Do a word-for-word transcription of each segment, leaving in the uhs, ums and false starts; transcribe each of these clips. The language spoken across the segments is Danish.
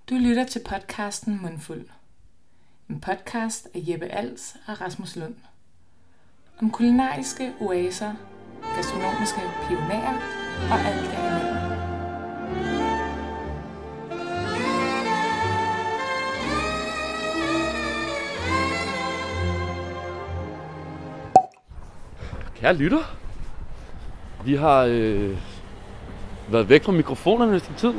Du lytter til podcasten Mundfuld. En podcast af Jeppe Als og Rasmus Lund. Om kulinariske oaser, gastronomiske pionerer og alt derimellem. Kære lytter, vi har øh, været væk fra mikrofonerne et stykke tid.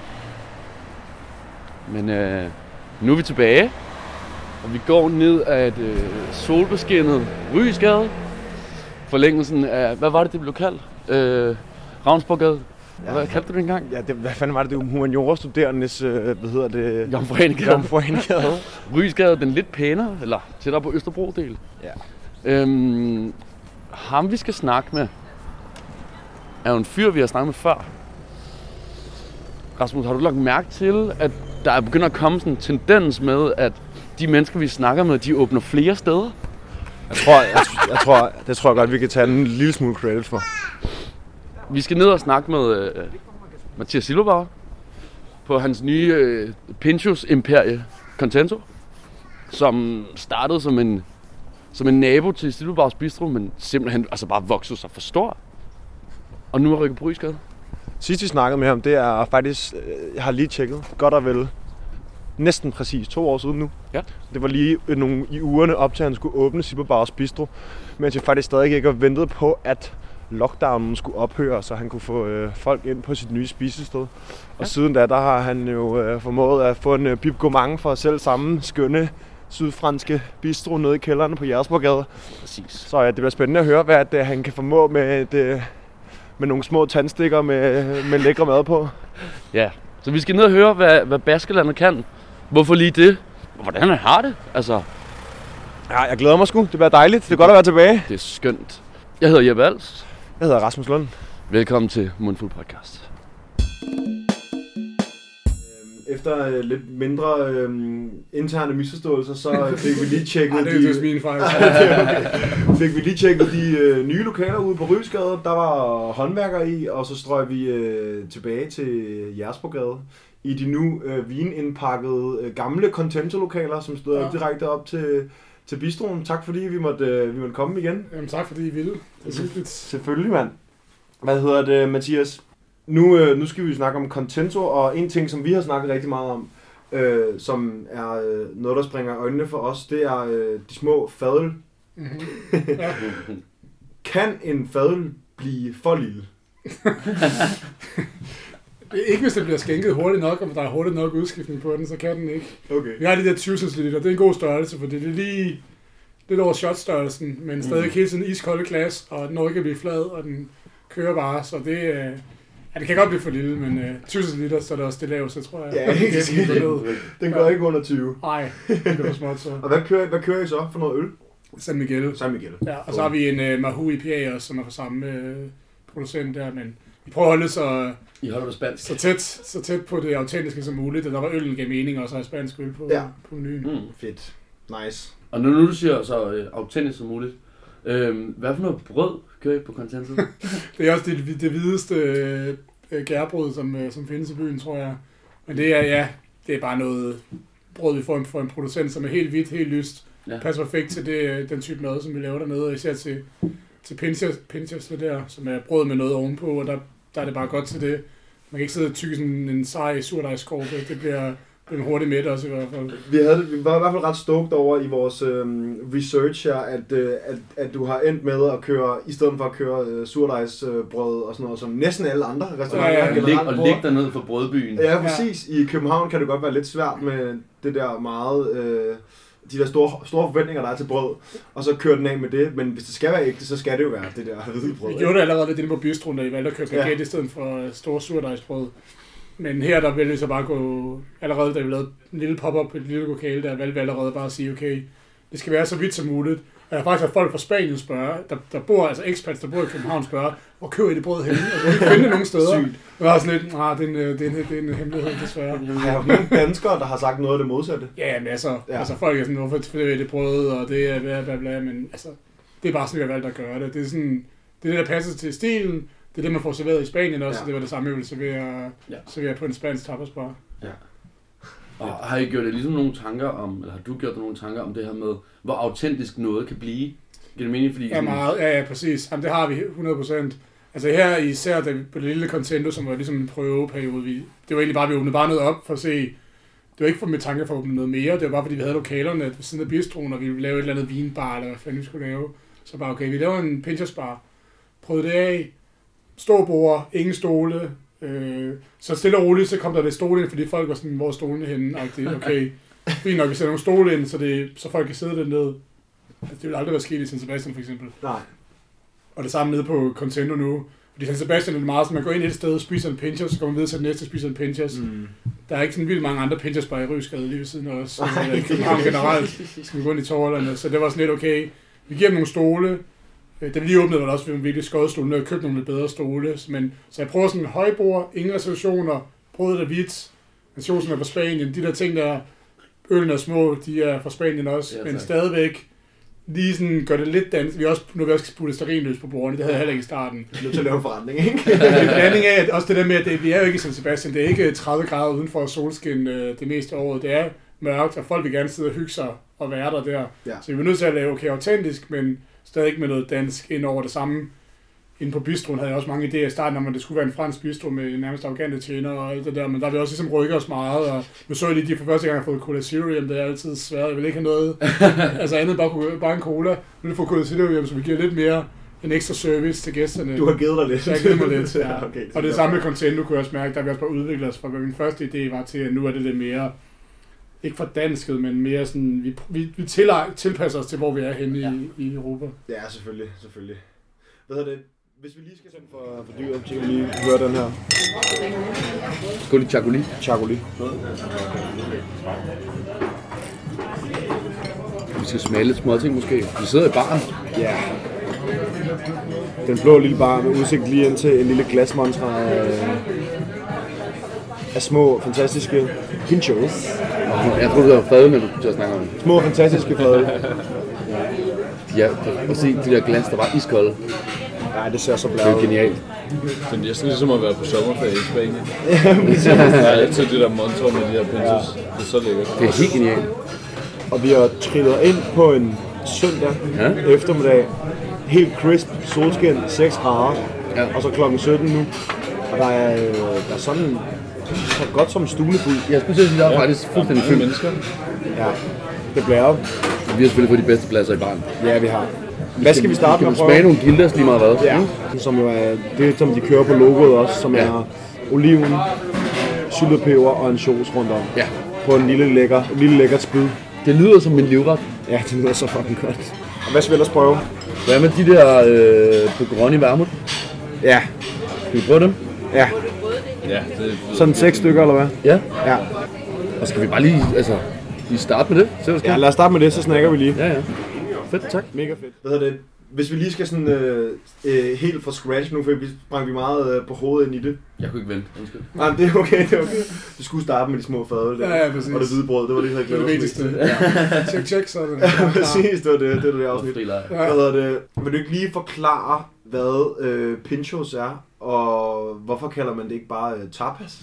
Men øh, nu er vi tilbage, og vi går ned ad et øh, solbeskinnet Ryesgade. Forlængelsen af, hvad var det, det blev kaldt? Øh, Ravnsborggade. Ja, hvad kaldte du det engang? Ja, det, hvad fanden var det? Det var humaniora-studerendes, øh, hvad hedder det? Jomfruenegade. Jomfruenegade. Ryesgade, den lidt pænere, eller tættere på Østerbro-del. Ja. Øhm, ham vi skal snakke med, er jo en fyr, vi har snakket med før. Rasmus, har du lagt mærke til, at der er begyndt at komme sådan en tendens med, at de mennesker, vi snakker med, de åbner flere steder? Jeg tror, jeg, jeg tror, det tror jeg godt, vi kan tage en lille smule credit for. Vi skal ned og snakke med uh, Mathias Silberbauer på hans nye uh, Pinchos-imperie, Contento, som startede som en, som en nabo til Silberbauers Bistro, men simpelthen altså bare voksede sig for stor. Og nu er rykket på Ryesgade. Sidst vi snakkede med ham, det er faktisk, jeg har lige tjekket, godt og vel næsten præcis to år siden nu. Ja. Det var lige nogle i ugerne op til, at han skulle åbne Silberbauers Bistro, mens jeg faktisk stadig ikke har ventet på, at lockdownen skulle ophøre, så han kunne få øh, folk ind på sit nye spisested. Og ja. Siden da, der har han jo øh, formået at få en øh, bib gourmand for selv samme skønne sydfranske bistro nede i kælderne på Jægersborggade. Præcis. Så ja, det bliver spændende at høre, hvad det, han kan formå med et... Øh, med nogle små tandstikker med, med lækre mad på. Ja, så vi skal ned og høre, hvad, hvad Baskerlandet kan. Hvorfor lige det? Hvordan han har det? Altså... Ja, jeg glæder mig sgu. Det bliver dejligt. Det er godt at være tilbage. Det er skønt. Jeg hedder Jeppe Als. Jeg hedder Rasmus Lund. Velkommen til Mundfuld Podcast. Efter øh, lidt mindre øh, interne misforståelser, så fik vi lige tjekket ja, det er de, min fejl. okay. Fik vi lige tjekket de øh, nye lokaler ude på Ryesgade. Der var håndværkere i, og så strøg vi øh, tilbage til Jægersborggade i de nu øh, vinindpakkede øh, gamle Contento-lokaler, som stod ja. direkte op til, til bistroen. Tak fordi vi måtte, øh, vi måtte komme igen. Jamen tak fordi I ville. Det er hyggeligt. Selvfølgelig, mand. Hvad hedder det, Mathias? Nu, øh, nu skal vi snakke om Contento, og en ting, som vi har snakket rigtig meget om, øh, som er øh, noget, der springer øjnene for os, det er øh, de små fadøl. Mm-hmm. Ja. Kan en fadøl blive for lille? Ikke hvis det bliver skænket hurtigt nok, og der er hurtigt nok udskiftning på den, så kan den ikke. Okay. Vi har de der tyve centiliter, det er en god størrelse, for det er lige lidt over shotstørrelsen, men stadig mm. hele tiden iskolde glas, og den når ikke at blive flad, og den kører bare, så det øh, ja, det kan godt blive for lille, men øh, tyve centiliter, så er det også det laveste, tror jeg. Ja, ikke det den går ja. ikke under tyve. Nej, det er for småt så. Og hvad kører, hvad kører I så for noget øl? San Miguel. San Miguel. Ja, og så har vi en uh, Mahou I P A også, som er fra samme uh, producent der, men vi prøver at holde så, I holder det spansk. så, tæt, så tæt på det autentiske som muligt, og der var øllen gav mening, og så er spansk øl på, ja. på menuen. Mm, fedt. Nice. Og når nu du siger så uh, autentisk som muligt, uh, hvad for noget brød kører I på Contento? Det er også det, det hvideste uh, gærbrød, som, uh, som findes i byen, tror jeg. Men det er, ja, det er bare noget brød, vi får en, for en producent, som er helt hvidt, helt lyst. Ja. Passer perfekt til det, den type mad, som vi laver dernede, og især til, til pinchos, pinchos der, som er brød med noget ovenpå, og der, der er det bare godt til det. Man kan ikke sidde og tykke sådan en sej surdejskorpe, det bliver, bliver hurtigt mæt også i hvert fald. Vi, havde, vi var i hvert fald ret stoked over i vores øhm, research her, at, øh, at, at du har endt med at køre, i stedet for at køre øh, surdejsbrød og sådan noget, som næsten alle andre restauranter. Ja, ja, ja. Og ligge dernede for brødbyen. Ja, præcis. I København kan det godt være lidt svært med det der meget... Øh, de der store, store forventninger, der er til brød, og så kører den af med det. Men hvis det skal være ægte, så skal det jo være det der hvide brød. Vi gjorde det allerede lidt inde på bistroen, da I valgte at køre baguette ja. i stedet for store surdejsbrød. Men her der ville vi så bare gå, allerede da vi lavede en lille pop-up på et lille lokale, der valgte vi allerede bare at sige, okay, det skal være så vidt som muligt. Og jeg har faktisk haft folk fra Spanien spørge, der, der bor, altså expats, der bor i København, spørge, hvor køber I det brød henne? Og jeg kan finde det nogen steder. Sygt. Og jeg var sådan lidt, nej, det er en, det er en, det er en hemmelighed, desværre. Jeg har nogle danskere, der har sagt noget af det modsatte. Ja, men altså, ja. altså folk er sådan, hvorfor er det brød, og det er bla bla bla, men altså, det er bare sådan, vi har valgt at gøre det. Det er sådan, det er det, der passer til stilen, det er det, man får serveret i Spanien også, ja. Det var det samme, jeg ville servere, ja. servere på en spansk tapasbar. Ja. Og har I gjort det ligesom nogle tanker om, eller har du gjort nogle tanker om det her med, hvor autentisk noget kan blive? Giver det mening, fordi... Ja, meget. Ja, ja, præcis. Jamen, det har vi hundrede procent. Altså her især da vi, på det lille Contendo, som var ligesom en prøveperiode, vi, det var egentlig bare, vi åbnede bare noget op for at se. Det var ikke for med tanke for at åbne noget mere, det var bare fordi vi havde lokalerne ved siden af bistroen, og vi ville lave et eller andet vinbar, eller hvad fanden vi skulle lave. Så bare okay, vi laver en Pinchers bar. Prøvede det af. Stor bord, ingen stole. Øh, så stille og roligt, så kom der det stole ind, fordi folk var sådan, hvor er stolene henne? Okay, fint nok, vi sætter nogle stole ind, så, det, så folk kan sidde dernede. Altså, det vil aldrig være sket i San Sebastian for eksempel. Nej. Og det samme nede på Contendo nu. Fordi San Sebastian er det meget, så man går ind et sted, spiser en Pinchers, så går man videre til det næste, spiser en Pinchers. Mm. Der er ikke sådan vildt mange andre Pinchers bare i Rysgade lige ved siden af os. Eller i København generelt, skal vi gå ind i tårlerne. Så det var sådan lidt okay. Vi giver dem nogle stole. Da vi lige åbnede, var der også virkelig skodstole, og jeg købte nogle lidt bedre stole. Men, så jeg prøver sådan en højbord, ingen reservationer, brødet er hvidt, nationen er fra Spanien. De der ting der, ølene er små, de er fra Spanien også, ja, men stadigvæk lige sådan gør det lidt dansk. Vi har også, nu har vi også spurgt stearinløs på bordene, det havde jeg heller ikke i starten. Det er nødt til at lave en forandring, ikke? Det er en blanding af, at også det der med, at det, vi er jo ikke i San Sebastian, det er ikke tredive grader udenfor solskin det meste af året. Det er mørkt, og folk vil gerne sidde og hygge sig og være der der. Ja. Så vi er nødt til at lave okay autentisk, men stadig med noget dansk ind over det samme. Inde på bistroen havde jeg også mange idéer i starten, om at det skulle være en fransk bistro med nærmest arrogante tjener og alt det der, men der vil også ligesom rykke os meget, og nu så jeg lige, de for første gang har fået Cola Zero hjem, det er altid svært, jeg vil ikke have noget, altså andet bare, bare en cola, nu vil jeg få Cola Zero hjem, så vi giver lidt mere en ekstra service til gæsterne. Du har givet dig lidt. Så jeg har givet mig lidt, ja. Okay, og det samme med Contendo kunne jeg også mærke, der vi også bare udviklet os fra, hvad min første idé var til, at nu er det lidt mere, ikke for dansket, men mere sådan, vi, vi, vi tilpasser os til, hvor vi er henne ja. i, i Europa. Ja, selvfølgelig, selvfølgelig. Hvad hedder det? Hvis vi lige skal sådan for, for dyret, så kan vi lige høre den her. Skål i Chacoli. Chacoli. Vi skal smage lidt småting måske. Vi sidder i baren. Ja. Den blå lille bar med udsigt lige ind til en lille glasmontre af, af små, fantastiske pinchos. Jeg troede, det var fadøl, du til at snakke om. Små, fantastiske fadøl. Ja, og se de der glas, der var iskolde. Nej, det ser så bladet. Det er genialt. Det er næsten ligesom at være på sommerferie i Spanien. Der er altid det der montor med de her pinchos. Det er så lækkert. Det er helt genialt. Og vi har trillet ind på en søndag ja. eftermiddag. Helt crisp, solskin, seks grader. Ja. Og så klokken sytten nu. Og der er, der er sådan så godt som stunefuld. Jeg skulle sige, at der er faktisk fuldstændig fyldt mennesker. Ja, det bliver op. Vi har selvfølgelig fået de bedste pladser i baren. Ja, vi har. Hvad skal vi starte med at prøve? Smage nogle gilders lige meget hvad. Ja, som jo er det, som de kører på logoet også, som ja. er oliven, syltepeber og en sauce rundt om. Ja. På en lille lækker, en lille lækkert spyd. Det lyder som en livret. Ja, det lyder så fucking godt. Og hvad skal vi ellers prøve? Hvad med de der øh, Bourgogne vermouth? Ja. Skal vi prøve dem? Ja. Ja, det sådan seks stykker, eller hvad? Ja. Ja. Og skal vi bare lige, altså, lige starte med det? Se, hvad ja, lad os starte med det, så snakker vi lige. Ja, ja. Fedt, tak. Mega fedt. Hvad hedder det? Hvis vi lige skal sådan øh, øh, helt fra scratch nu, for vi sprang vi meget øh, på hovedet ind i det. Jeg kunne ikke vente, undskyld. Nej, det er okay, det er okay. Du skulle starte med de små fadøl der. Ja, ja, præcis. Og det hvide brød, det var det, jeg havde glemt. Det er det vigtigste. Ja. Check, check, så er det. Ja, præcis, det var det, det var det afsnit. Ja. Hvad hedder det? Vil du ikke lige forklare, hvad øh, pinchos er, og hvorfor kalder man det ikke bare øh, tapas?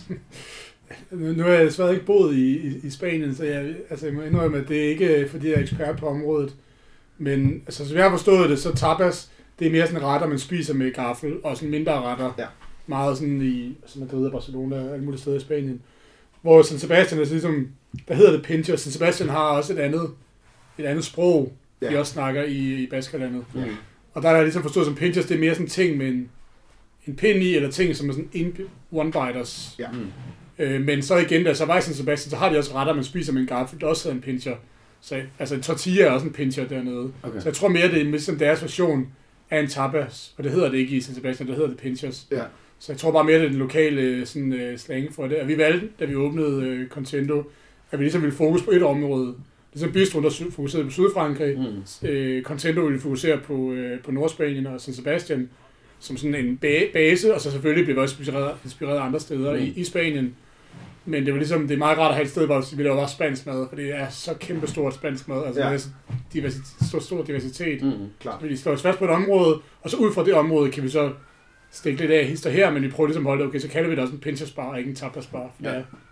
Nu har jeg desværre ikke boet i, i, i Spanien, så jeg, altså, jeg må indrømme, at det er ikke, fordi jeg er ekspert på området. Men altså, som jeg har forstået det, så tapas, det er mere sådan retter, man spiser med gaffel, og sådan mindre retter. Ja. Meget sådan i, altså Madrid og Barcelona og alle mulige steder i Spanien. Hvor San Sebastian er ligesom, der hedder det pincho. San Sebastian har også et andet, et andet sprog, ja. de også snakker i, i Baskerlandet. Mm. Og der er der ligesom forstået som pinchos, det er mere sådan ting med en, en pind i, eller ting som er sådan one-biters. Ja. Mm. Øh, men så igen, da så var i San Sebastian, så har de også retter, man spiser med en gaffel, der også hedder en pincher. Så altså en tortilla er også en pincher dernede. Okay. Så jeg tror mere, det er ligesom deres version af en tapas, og det hedder det ikke i San Sebastian, det hedder det pinchers. Ja. Så jeg tror bare mere, det er den lokale sådan, uh, slang for det. Og vi valgte, da vi åbnede uh, Contendo, at vi ligesom ville fokus på et område. Ligesom Bistro, der fokuserede på Sydfrankrig. Mm. Uh, Contendo ville fokusere på, uh, på Nordspanien og San Sebastian som sådan en ba- base, og så selvfølgelig blev vi også inspireret, inspireret andre steder mm. i, i Spanien. Men det var ligesom, det er meget rart at have et sted, hvor vi laver bare spansk mad, for det er så kæmpe stort spansk mad, altså ja. Det er diversitet, stor, stor diversitet. Mm, klar. Så vi slår os fast på et område, og så ud fra det område kan vi så stikke lidt af hister her, men vi prøver ligesom at holde det, okay, så kalder vi det også en pinchos bar, og ikke en tapas bar, for ja. det, er,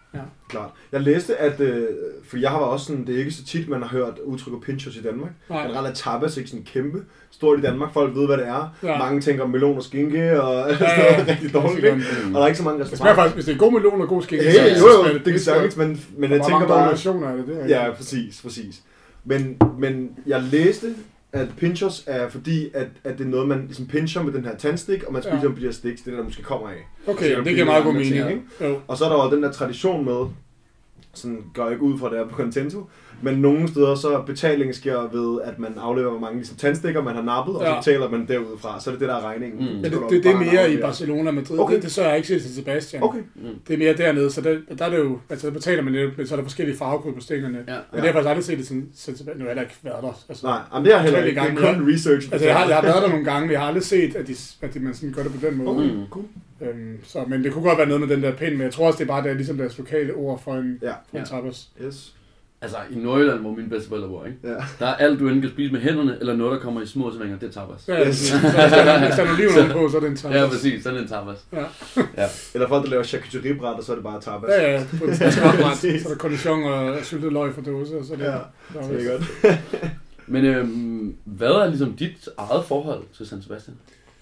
Ja. Klart. Jeg læste, at, øh, for jeg har også sådan, det er ikke så tit, man har hørt udtrykket pinchos i Danmark. Generelt er tapas ikke sådan kæmpe stort i Danmark. Folk ved, hvad det er. Ja. Mange tænker melon og skinke, og ja, ja, ja. rigtig dårligt. Ja, og der er ikke så mange restauranter. Faktisk, hvis det er god melon og god skinke, hey, så jo, jo, jo, det, det kan sagtens, men, men jeg tænker bare... Relationer, er det, det ja, præcis, præcis. Men, men jeg læste, at pinchos er fordi, at, at det er noget, man ligesom pincher med den her tandstik, og man spiser ja. om de her sticks, det er det, der måske kommer af. Okay, det giver meget god mening. Og så er der jo den der tradition med, sådan går jeg ikke ud fra det her på Contento, men nogle steder så betalingen sker ved, at man afleverer, hvor mange ligesom, tandstikker man har nappet, og ja. så betaler man derudfra. Så er det det, der er regningen. Mm. Ja, det, det, det er mere i Barcelona og Madrid. Okay. Det, det så er jeg ikke set til Sebastian. Okay. Mm. Det er mere dernede, så der, der er det jo, altså der betaler man lidt, men så er der forskellige farvekoder på stængerne. Ja. Men det har jeg faktisk aldrig set det sådan, Sebastian. Nu er der ikke været der. Altså, nej, men det har heller ikke. Det er kun research. Altså, jeg har, jeg har været der nogle gange, men jeg har aldrig set, at, de, at de, man sådan gør det på den måde. Okay, cool. Øhm, så, men det kunne godt være noget med den der pind, men jeg tror også, det er bare det er ligesom deres lokale ord for en, ja. for en tapas. Yes. Altså i Nordjylland, hvor mine bedsteforældre bor, ikke? Ja. Der er alt, du enten kan spise med hænderne, eller noget, der kommer i små serveringer, det er tapas. Ja, yes. Så hvis der er nogle oliven på, så er det en tapas. Ja, præcis, så er det en tapas. Ja. Ja. Eller folk, der laver charcuteriebræt, og så er det bare tapas. Ja, ja, på et træbræt, så er der cornichon og syltet løg fra dåse, og så er det... Ja, det er godt. Men øhm, hvad er ligesom dit eget forhold til San Sebastian?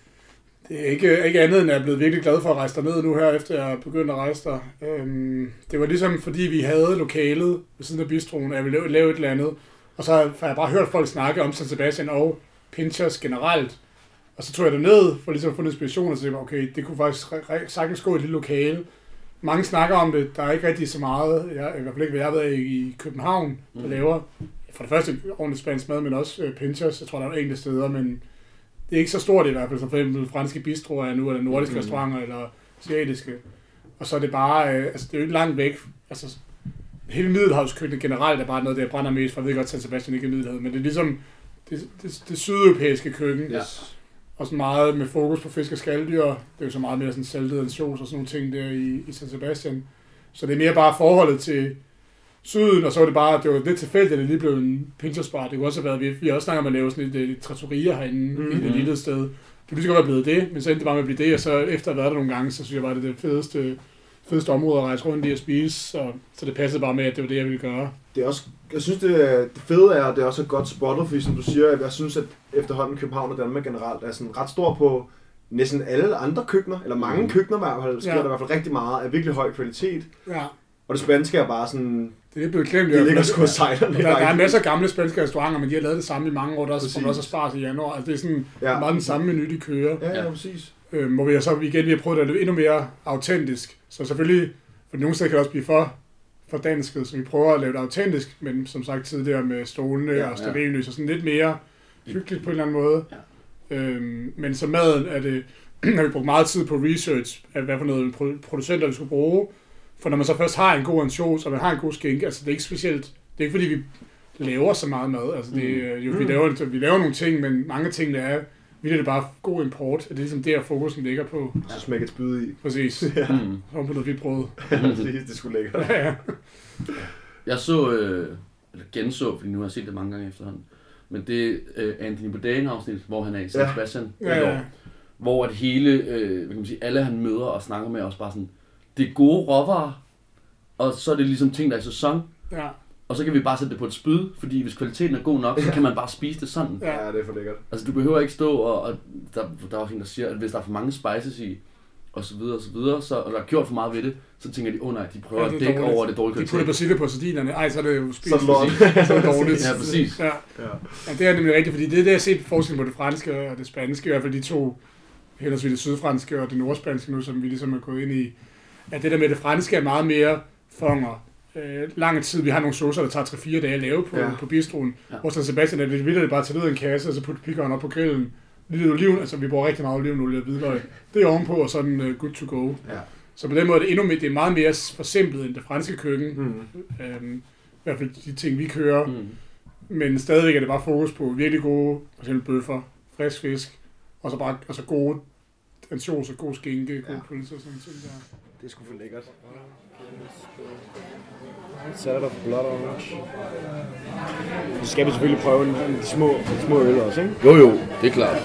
Det er ikke, ikke andet, end jeg er blevet virkelig glad for at rejse derned nu her, efter jeg begyndte at rejse der. Øhm, det var ligesom, fordi vi havde lokalet ved siden af bistroen, at jeg ville lave et eller andet. Og så har jeg bare hørt folk snakke om San Sebastian og pinchos generelt. Og så tog jeg derned for ligesom at få inspiration og så tænkte, okay, det kunne faktisk sagtens gå i et lille lokale. Mange snakker om det, der er ikke rigtig så meget, jeg, i hvert fald ikke, hvad jeg ved i København, der mm. laver. For det første ordentligt spansk mad, men også øh, pinchos. Jeg tror, der er enkelte steder, men det er ikke så stort i hvert fald, som for eksempel franske bistroer nu, eller nordiske mm. restauranter, eller asiatiske. Og så er det bare, øh, altså det er jo ikke langt væk. Altså, hele middelhavskøkkenet generelt er bare noget, der jeg brænder mest for. Jeg ved godt, at San Sebastian ikke er Middelhavet, men det er ligesom det, det, det sydeuropæiske køkken. Ja. Og sådan meget med fokus på fisk og skaldyr. Det er jo så meget mere sådan saltet ansjos og sådan nogle ting der i, i San Sebastian. Så det er mere bare forholdet til syden, og så var det bare, det var lidt tilfældigt, at det lige blev en pinchos bar. Det kunne også have været, vi, vi har også snakket om at lave sådan et, et trattoria herinde mm-hmm. i et lille sted. Det kunne lige godt være blevet det, men så endte det bare med at blive det, og så efter at have været der nogle gange, så synes jeg bare, det er det fedeste, fedeste område at rejse rundt i at spise, så, så det passede bare med, at det var det, jeg ville gøre. Det er også, jeg synes, det, det fede er, at det er også godt spottet, fordi som du siger, jeg synes, at efterhånden København og Danmark generelt er sådan ret stor på næsten alle andre køkkener, eller mange mm. køkkener i hvert fald, sker ja. der i hvert fald rigtig meget af virkelig høj kvalitet. Ja. Og det spanske er bare sådan... Det er blevet glemt. Det ligger sgu og sejler. Der, der er masser af gamle spanske restauranter, men de har lavet det samme i mange år, der også, også er spars i januar. Altså, det er sådan ja. meget den samme menu, de kører. Ja, ja, præcis. Øhm, hvor vi så igen vi har prøvet at det endnu mere autentisk. Så selvfølgelig, for nogle steder kan det også blive for, for dansket, så vi prøver at lave det autentisk, men som sagt tidligere med stolene ja, og stearinlys, ja. og sådan lidt mere hyggeligt på en eller anden måde. Ja. Øhm, men så maden er det, har vi brugt meget tid på research, af hvad for noget producenter vi skulle bruge. For når man så først har en god ansjos, og man har en god skinke, altså det er ikke specielt, det er ikke fordi vi laver så meget mad, altså det, mm. jo, vi, laver, vi laver nogle ting, men mange ting der er, vi er det bare god import, og det er ligesom der fokusen ligger på. Så smækker et spyd i. Præcis, ja. Mm. Så på noget hvidt brød. Præcis, det skulle lækkert. Ja, ja. Jeg så, øh, eller genså, fordi nu har jeg set det mange gange efterhånden, men det er øh, Anthony Bourdain-afsnit, hvor han er i San Sebastian, ja. Ja. hvor at hele, øh, hvad kan man sige, alle han møder og snakker med også bare sådan, det er gode råvarer, og så er det ligesom ting, der er i sæson. Ja. Og så kan vi bare sætte det på et spyd, fordi hvis kvaliteten er god nok, så kan man bare spise det sådan. Ja, det er for lækkert. Altså du behøver ikke stå, og, og der, der er også en, der siger, at hvis der er for mange spices i, og så videre, og så videre, så, og der er gjort for meget ved det, så tænker de, åh oh, nej, de prøver ja, at dække over det dårlige kvalitet. De putter basilikum på sardinerne, ej, så er det jo spist. Så så er det dårligt. Ja, præcis. Ja. Ja. Ja, det er nemlig rigtigt, fordi det er det, jeg har set forskellen på det franske og det spanske, i hvert fald de to, henholdsvis det sydfranske og det nordspanske nu, som vi ligesom er gået ind i. At det der med det franske er meget mere fonger. Øh, lang tid, vi har nogle saucer, der tager tre fire dage at lave på, ja. på bistroen. Ja. Hvor San Sebastian er det vildt, det bare tager ud af en kasse, og så putter pikkeren op på grillen. Lidt oliven, altså vi bruger rigtig meget olivenolie og hvidløg. Det er ovenpå, og sådan uh, good to go. Ja. Så på den måde er det endnu mere, det er meget mere forsimplet end det franske køkken. Mm. Øhm, I hvert fald de ting, vi kører. Mm. Men stadigvæk er det bare fokus på virkelig gode, for eksempel bøffer, frisk fisk, og så bare altså gode ansjos og god skinke, gode ja. pølser og sådan ting der. Det er sgu for lækkert. Salad of blood orange. Så skal vi selvfølgelig prøve en, en de små, de små øl også, ikke? Jo jo, det er klart.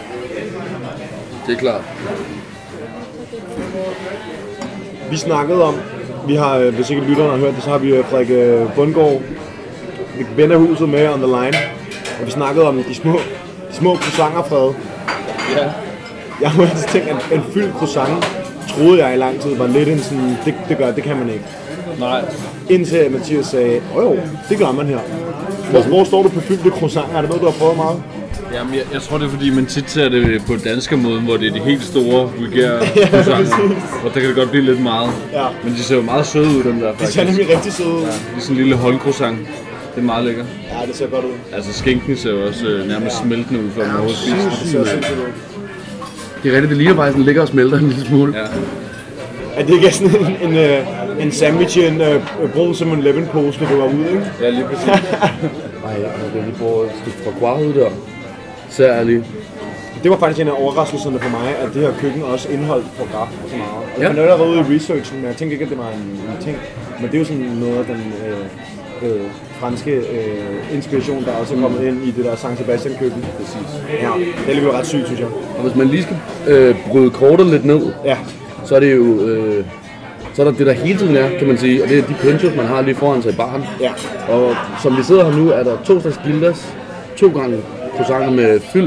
Det er klart. Vi snakkede om, Vi har, øh, hvis ikke lytterne har hørt det, så har vi øh, Frederik øh, Bundgaard, ven af huset med on the line. Og vi snakkede om de små, de små croissanter, Frederik. Ja. Jeg har altid tænkt, at en fyldt croissant, troede jeg i lang tid, var lidt en sådan, det, det gør, det kan man ikke. Nej. Indtil Mathias sagde, åh jo, det gør man her. Hvor, hvor står du på fyldte croissanter? Er det noget, du har prøvet meget? Jamen, jeg, jeg tror, det er fordi, man tit ser det på danskermåden, hvor det er de helt store, vulgære croissanter. Og der kan det godt blive lidt meget. Ja. Men de ser jo meget søde ud, dem der faktisk. De ser nemlig rigtig søde ud. Ja, det er sådan en lille håndcroissant. Det er meget lækker. Ja, det ser godt ud. Altså, skinken ser jo også øh, nærmest ja. smeltende ud, før man overhovedet spiser. Det ser sindssygt ud. Det er rigtigt, det ligner faktisk, den ligger og smelter en lille smule. Ja. Er det ikke sådan en, en, en, en sandwich i en uh, brød som en eleven-pose, når du var ude, ikke? Ja, lige præcis. Nej, jeg har lige brugt et stykke fra Guar ud der. Særligt. Det var faktisk en af overraskelserne for mig, at det her køkken også indeholdt foie så meget. Jeg ja. fandt allerede ude i researchen, men jeg tænkte ikke, at det var en, en ting. Men det er jo sådan noget af den øh, øh, franske øh, inspiration, der også er kommet mm. ind i det der San Sebastian køkken. Præcis. Ja, det er alligevel ret sygt, synes jeg. Og hvis man lige skal øh, bryde kortet lidt ned, ja. så er det jo... Øh, så er der det, der hele tiden er, kan man sige, og det er de pinchos, man har lige foran sig i baren. Ja. Og som vi sidder her nu, er der to slags gildas, to gange croissanter med fyld.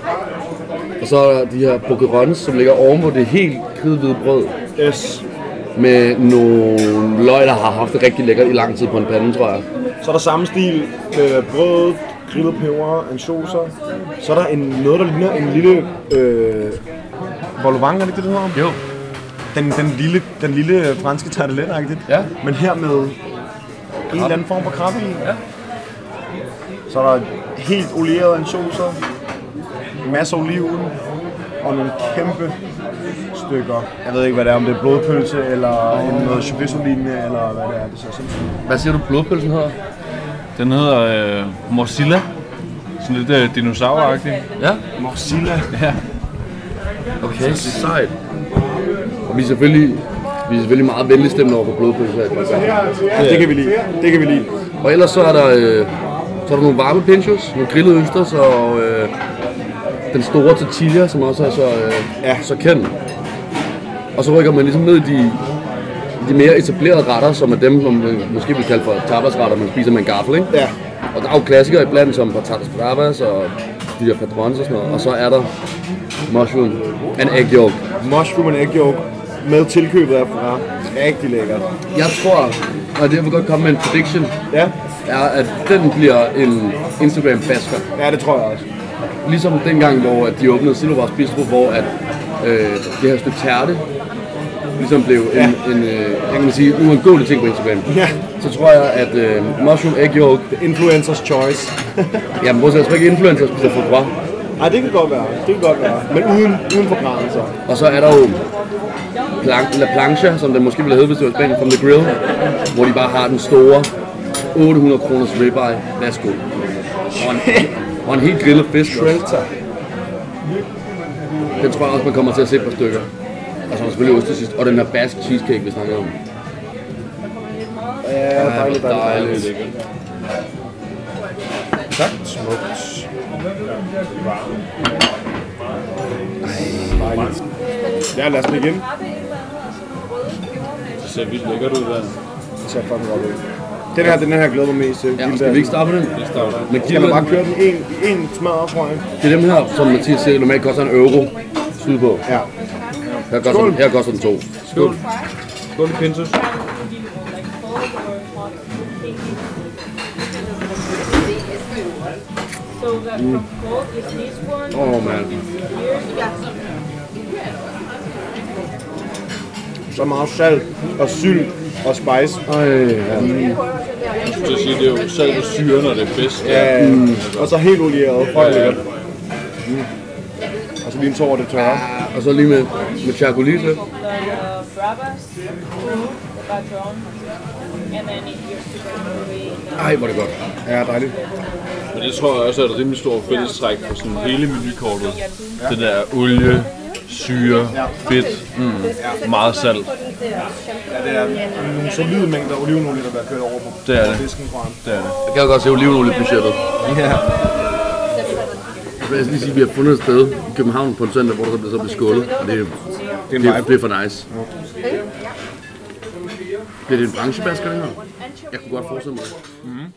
Og så er der de her boquerones, som ligger ovenpå det helt kridhvide brød. Yes. Med nogle løg, der har haft det rigtig lækkert i lang tid på en pande, tror jeg. Så er der samme stil med brød, grillet peber, ansjoser. Så er der en, noget, der ligner en lille... Øh, vol au vent, er det ikke det, det hedder? Jo. Den, den, lille, den lille franske tartelet-agtigt. Ja. Men her med en eller anden form for krabbe i. Ja. Så er der helt olierede ansjoser, masser af oliven og nogle kæmpe stykker. Jeg ved ikke, hvad det er, om det er blodpølse eller oh. noget chorizo-lignende, eller hvad det er. Det ser sindssygt. Hvad siger du, blodpølsen hedder? Den hedder øh, morsilla. Sådan lidt øh, dinosauragtigt. Ja? Morsilla. Ja. Okay, sejt. Og vi er selvfølgelig, vi er selvfølgelig meget venligt stemt over for blodpølse her. Ja, det kan vi lide. Det kan vi lide. Og ellers så er der, øh, så er der nogle varme pinchos, nogle grillede østers og øh, den store tortilla, som også er så, øh, ja. så kendt. Og så rykker man ligesom ned i de, de mere etablerede retter, som er dem, man måske vil kalde for tapasretter, man spiser med en gaffel, ikke? Ja. Og der er jo klassikere iblandt, som patatas bravas og de der patrons og sådan noget. Og så er der mushroom and egg yolk. Mushroom and egg yolk med tilkøbet af fra. Rigtig lækkert. Jeg tror, og det vil godt komme med en prediction, ja. er, at den bliver en Instagram-basker. Ja, det tror jeg også. Ligesom dengang, hvor de åbnede Silverbars Bistro, hvor at, øh, det her stykke tærte ligesom blev ja. en, en øh, jeg kan sige, uundgåelig ting på Instagram. Ja. Så tror jeg, at øh, mushroom egg yolk... Influencers choice. Jamen, prøv at se, jeg tror ikke influencers spiser foie gras. Nej, det kan godt være. Det kan godt være. Men uden, uden for graden så. Og så er der jo plan- La Plancha, som den måske ville hedde, hvis det var Spanien, from the grill, hvor de bare har den store otte hundrede kroners ribeye. Værsgo. Og en, og en helt grillet fisk. Den tror jeg også, man kommer til at se et par stykker. Og så er der selvfølgelig ost til sidst. Og den her basque cheesecake, vi snakker om. Ja, dejligt, dejligt. dejligt. Tak. Smukt. Dejligt. Ja, lad os den igen. Det ser vildt lækkert ud, der. Det ser fucking godt ud. Den her, den her glæder mig mest til. Ja, skal vi ikke starte på den? Det starter. Men skal man bare køre den en, en smadret, tror jeg. Det er dem her, som Mathias siger, normalt koster en euro sydpå. Ja. Her koster, den, her koster den to. Skål. Skål i pintos. Mm. Åh, oh, man. Så meget salt og sylt og spice. Ej, ja. Mm. Jeg skulle sige, det er jo salt og syre, når det er bedst. Ja, mm. Altså. Og så helt olieret. Ja, ja. Mm. Og så lige en tår over det tørre. Ja, og så lige med, med charcolise. Ej, hvor er det godt. Ja, dejligt. Men det tror jeg også er et rimelig stort fællestræk på sådan hele menukortet. Ja. Det der olie, syre, fedt, mm. ja. meget salt. Ja, det er nogle solide mængder olivenolie, der bliver kørt over på. Det er det. Fisken fra det er det. Jeg kan jo godt se olivenoliebudgettet. Ja. Jeg vil lige sige, at vi har fundet et sted i København på en søndag, hvor der så bliver skålet. Og det er, det, er det, det er for nice. Ja. Bliver det en branchebasker, det her? Jeg kunne godt forestille mig det. Mm-hmm.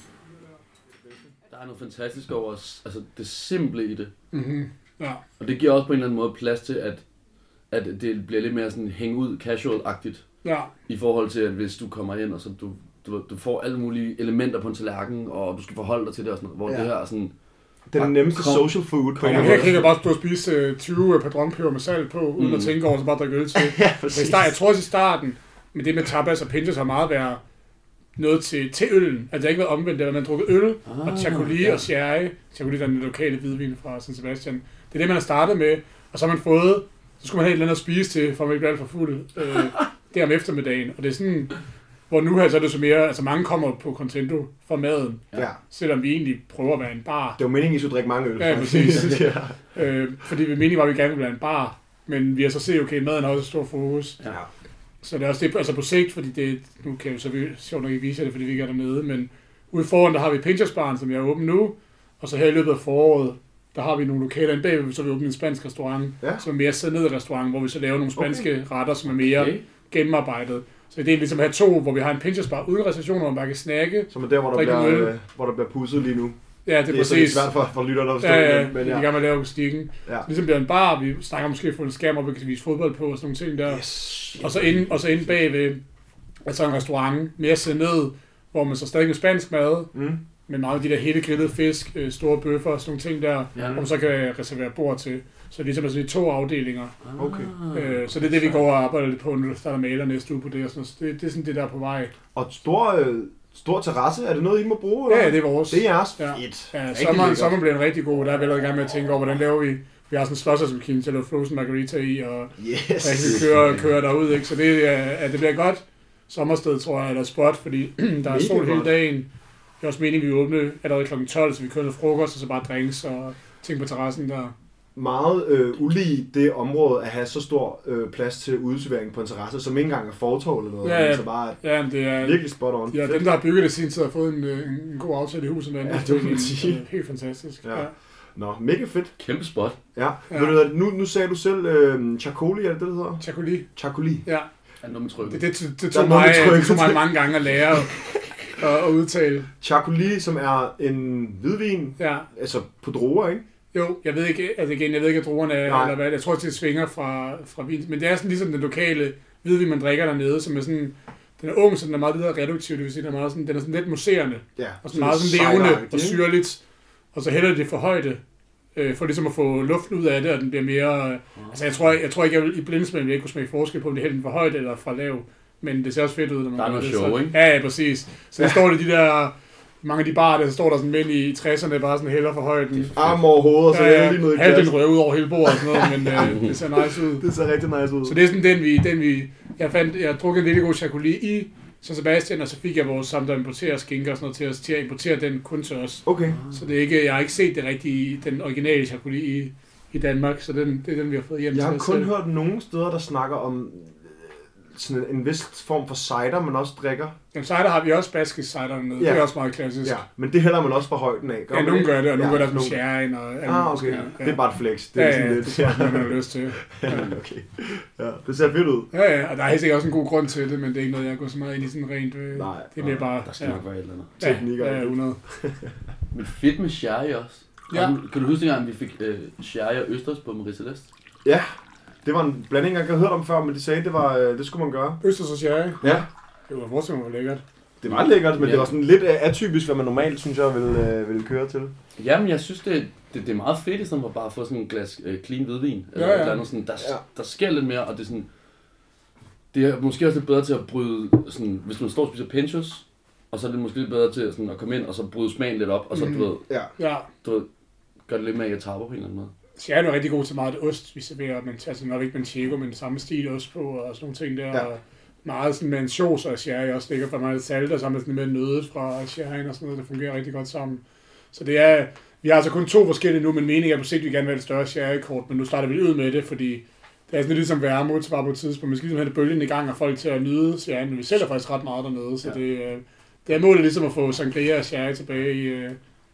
Der er noget fantastisk over altså det simple i det. Mm-hmm. Ja. Og det giver også på en eller anden måde plads til, at, at det bliver lidt mere sådan hænge ud casual-agtigt. Ja. I forhold til, at hvis du kommer ind, og så du, du, du får alle mulige elementer på en tallerken, og du skal forholde dig til det og sådan noget. Hvor ja. det her er sådan... Det er den nemmeste kom. social food på en måde. Jeg kan bare stå og spise tyve padronpeber med salt på, uden mm. at tænke over, så bare drikke øl til. Ja, jeg tror også i starten, med det med tapas og pinches har meget været noget til, til øllen. Altså det har ikke været omvendt, det har man drukket øl ah, og chacoli ja. og sherry. Chacoli er den lokale hvidvin fra San Sebastian. Det er det, man har startet med, og så har man fået, så skulle man have et eller andet at spise til, for at man ikke bliver alt for fuld øh, der om eftermiddagen. Og det er sådan, hvor nu her så er det så mere, altså mange kommer på Contento for maden, ja. selvom vi egentlig prøver at være en bar. Det var meningen, I skulle drikke mange øl. Ja, præcis. ja. øh, fordi vi meningen var, at vi gerne ville være en bar, men vi har så set, okay, maden har også et stort fokus. Ja. Så det er også det, altså på sigt, fordi det, nu kan jeg jo så sjovt nok ikke vise det, fordi vi ikke er dernede, men ude foran, der har vi Pinchers-baren, som jeg er åben nu, og så her i løbet af foråret, der har vi nogle lokaler inde bagved, så vi åbner en spansk restaurant, ja. som er mere sædnede restaurant, hvor vi så laver nogle spanske okay. retter, som er mere okay. gennemarbejdet. Så det er ligesom at have to, hvor vi har en Pinchers-bar uden restriktioner, hvor man bare kan snakke. Som er der, hvor der, bliver, øh, hvor der bliver pusset lige nu. Ja, det er, det er præcis. Det er svært for, for lytterne at forstå, ja, ja, men, men ja. vi kan med lave akustikken. Ja. Så ligesom bliver en bar, vi snakker måske få en skærm op, vi kan vise fodbold på og sådan nogle ting der. Yes. Og så inde, og så inde bagved, altså en restaurant, mere sæt ned, hvor man så stadig med spansk mad, mm. med meget af de der hele grillede fisk, store bøffer og sådan nogle ting der, ja. hvor man så kan reservere bord til. Så ligesom altså de to afdelinger. Okay. Øh, så det er det, vi går og arbejder lidt på, når du starter maler næste uge på det og sådan noget. Det, det er sådan det der på vej. Og stor, øh, stor terrasse, er det noget, I må bruge? Eller? Ja, det er vores. Det er jeres. Ja, ja sommeren, sommeren bliver en rigtig god. Der er vi allerede i gang med at tænke over, hvordan laver vi. Vi har sådan en slåssersmaskine til at lave frozen margarita i, og yes. rigtig kører, kører derud. Ikke? Så det, er, det bliver godt sommersted, tror jeg, eller spot, fordi der er sol hele dagen. Det er også meningen, vi åbner allerede klokken tolv, så vi kører noget frokost, og så bare drinks og ting på terrassen der. Meget øh, ulig det område at have så stor øh, plads til udservering på en terrasse, som ikke engang er fortov eller noget. Ja, ja. Så bare ja, det er virkelig spot on. Ja, dem der har bygget det sin tid har fået en, en god aftale i huset. Ja, det må man sige. Helt fantastisk. Ja. Ja. Nå, mega fedt. Kæmpe spot. Ja. ja. Ved du, nu, nu sagde du selv øh, chacoli, er det det, det hedder? Chacoli. Chacoli. Ja. Er noget med trykket? Det, det, det, det, tog, mig, det tog mig mange gange at lære at, at udtale. Chacoli, som er en hvidvin, ja. altså på druer, ikke? Jo, jeg ved ikke, altså igen, jeg ved ikke, at druerne er, eller hvad, jeg tror, det svinger fra, fra vin, men det er sådan ligesom den lokale hvidvin, man drikker dernede, som er sådan, den er ung, så den er meget videre reduktiv, det vil sige, den er, meget sådan, den er sådan lidt mousserende, ja, og sådan meget sådan levende og syrligt, og så hælder det for højde, øh, for ligesom at få luften ud af det, og den bliver mere, øh, altså jeg tror, jeg, jeg tror ikke, jeg vil i blindsmænd vil ikke kunne smage forskel på, om det hælder den for højde eller fra lav, men det ser også fedt ud, når man der er noget show, ikke? Ja, ja, præcis. Så der står det de der, mange af de barer, der så står der sådan mænd i tresserne, bare sådan hælder for højden. Arm over hovedet, og så ja, ja, lige noget i halvdelen rører ud over hele bordet og sådan noget, men øh, det ser nice ud. Det ser rigtig nice ud. Så det er sådan den vi, den vi, jeg fandt, jeg drukket en lille god chacoli i San Sebastian, og så fik jeg vores samt der importerer skinker og sådan noget til os, til at importere den kun til os. Okay. Så det er ikke, jeg har ikke set det rigtige, den originale chacoli i, i Danmark, så den, det er den, vi har fået hjem jeg til har kun selv. hørt nogle steder, der snakker om sådan en vis form for cider, man også drikker. Jamen cider har vi også baskisk cider dernede. Ja. Det er også meget klassisk. Ja, men det hælder man også fra højden af. Gør ja, nogen gør det, og nogle ja, gør det med sherryen og alt. Ah, okay. Ja. Det er bare et flex. Det er ja, sådan ja, lidt. Det er man har lyst til. Ja. Ja, okay. Ja, det ser fedt ud. Ja, ja, og der er helt sikkert også en god grund til det, men det er ikke noget, jeg går så meget ind i sådan rent. Øh, nej, det er mere bare... Der skal ja. nok være et eller andet. Teknik og ja, ja, hundrede. Men fedt med sherry også. Ja. Kan du huske dengang, vi fik øh, sherry og østers på Marie Celeste? Ja. Det var en blanding, jeg ikke havde hørt om før, men de sagde, det var det skulle man gøre. Østers og sherry? Ja. Det var fortsat var lækkert. Det var lækkert, men ja. det var sådan lidt atypisk, hvad man normalt, synes jeg, ville, ville køre til. Jamen, jeg synes, det, det, det er meget fedt, i stedet for bare at få sådan en glas øh, clean hvidvin. Ja, ja. Eller noget sådan, der, ja. der sker lidt mere, og det er sådan... Det er måske også lidt bedre til at bryde, sådan, hvis man står og spiser pinchos, og så er det måske lidt bedre til sådan, at komme ind og så bryde smagen lidt op, og så, mm. du ved, ja. Ja. du ved, gør det lidt mere irritabelt på en eller anden måde. Så jeg er jo rigtig god til meget ost, vi serverer, men altså nok ikke manchego, men det samme stil ost på, og sådan nogle ting der. Ja. Og meget sådan med en sauce og sherry også ligger for meget lidt salt, og sammen sådan med nødet fra sherryen og sådan noget, det fungerer rigtig godt sammen. Så det er, vi har altså kun to forskellige nu, men meningen er på sigt, vi gerne vil have et større sherrykort, men nu starter vi ud med det, fordi det er sådan lidt ligesom værmod, bare på et tidspunkt. Man skal ligesom have det bølgen i gang, og folk til at nyde sherryen, men vi sælger faktisk ret meget dernede, så ja. det, det er målet ligesom at få sangria og sherry tilbage i,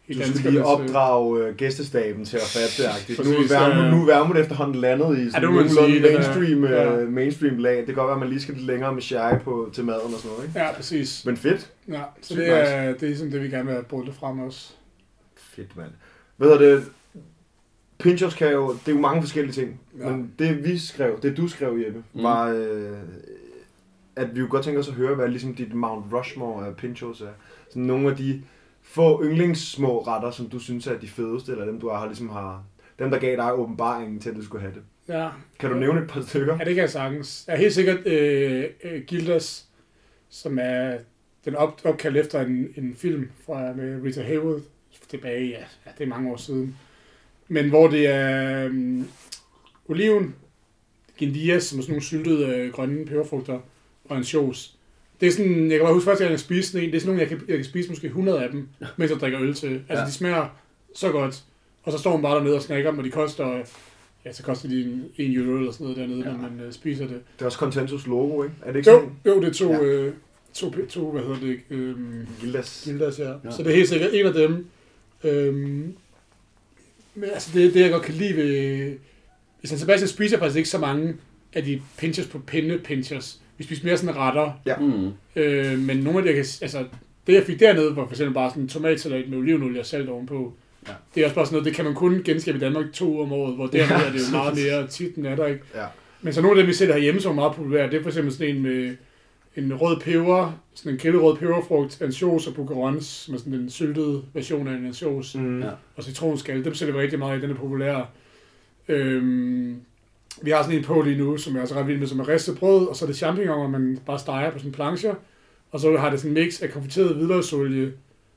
i du skal lige opdrage øh, gæstestaben til at fatte det. Nu, Præcis, er, øh, nu er Vermut efterhånden landet i sådan ja, nogenlunde mainstream, ja. øh, mainstream lag. Det kan godt være, at man lige skal lidt længere med shy på, til maden og sådan noget, ikke? Ja, præcis. Men fedt. Ja, så det er, det er ligesom det, vi gerne vil have brugt frem også. Fedt, mand. Hvad hedder det? Pinchos kan jo, det er jo mange forskellige ting. Ja. Men det vi skrev, det du skrev, Jeppe, mm. var, øh, at vi jo godt tænker os at høre, hvad ligesom dit Mount Rushmore af Pinchos er. Sådan nogle af de få yndlingssmå retter, som du synes er de fedeste, eller dem, du har, ligesom har, dem, der gav dig åbenbaringen til, at du skulle have det. Ja. Kan du nævne et par stykker? Ja, det kan jeg sagtens. Jeg er helt sikkert øh, øh, Gildas, som er den op, opkaldt efter en, en film fra, med Rita Hayworth tilbage, ja, ja, det er mange år siden. Men hvor det er øh, oliven, guindillas, som er sådan nogle syltede øh, grønne peberfrugter, og ansjos. Det er sådan, jeg kan bare huske første gang, jeg spiste sådan en, det er sådan nogle, jeg kan, jeg kan spise måske hundrede af dem, mens jeg drikker øl til. Altså, ja. De smager så godt. Og så står man bare dernede og snakker dem, og de koster, ja, så koster de en, en euro eller sådan noget dernede, ja. Når man uh, spiser det. Det er også Contentos logo, ikke? Er det ikke jo, sådan? Jo, det er to, ja. øh, to, to, hvad hedder det? Øhm, Gildas. Gildas, ja. ja. Så det er helt sikkert en af dem. Øhm, men altså, det, det jeg godt kan lide ved... I San Sebastian spiser jeg faktisk ikke så mange af de pinchers på pinde pinchers. Vi spiser mere sådan retter. Ja. Mm. Øh, men nogle af de, jeg kan, altså, det jeg fik dernede, var for eksempel bare sådan en tomatsalat med olivenolie og salt ovenpå. Ja. Det er også bare sådan noget, det kan man kun genskabe i Danmark to uger om året, hvor dernede ja. Er det jo meget mere tit, den er der ikke. Ja. Men så nogle af dem, vi sætter herhjemme, som er meget populære, det er for eksempel sådan en med en rød peber, sådan en kælderød peberfrugt, ansjos og boucarons, som er sådan en syltet version af en ansjos, mm. ja. Og citronskal. Dem sætter vi rigtig meget i, den er populær. Øhm, vi har sådan en på lige nu, som er altså ret vild med, som er ristet brød, og så er det champignoner, man bare steger på sådan en plancher, og så har det sådan en mix af konfiteret hvidløgsolie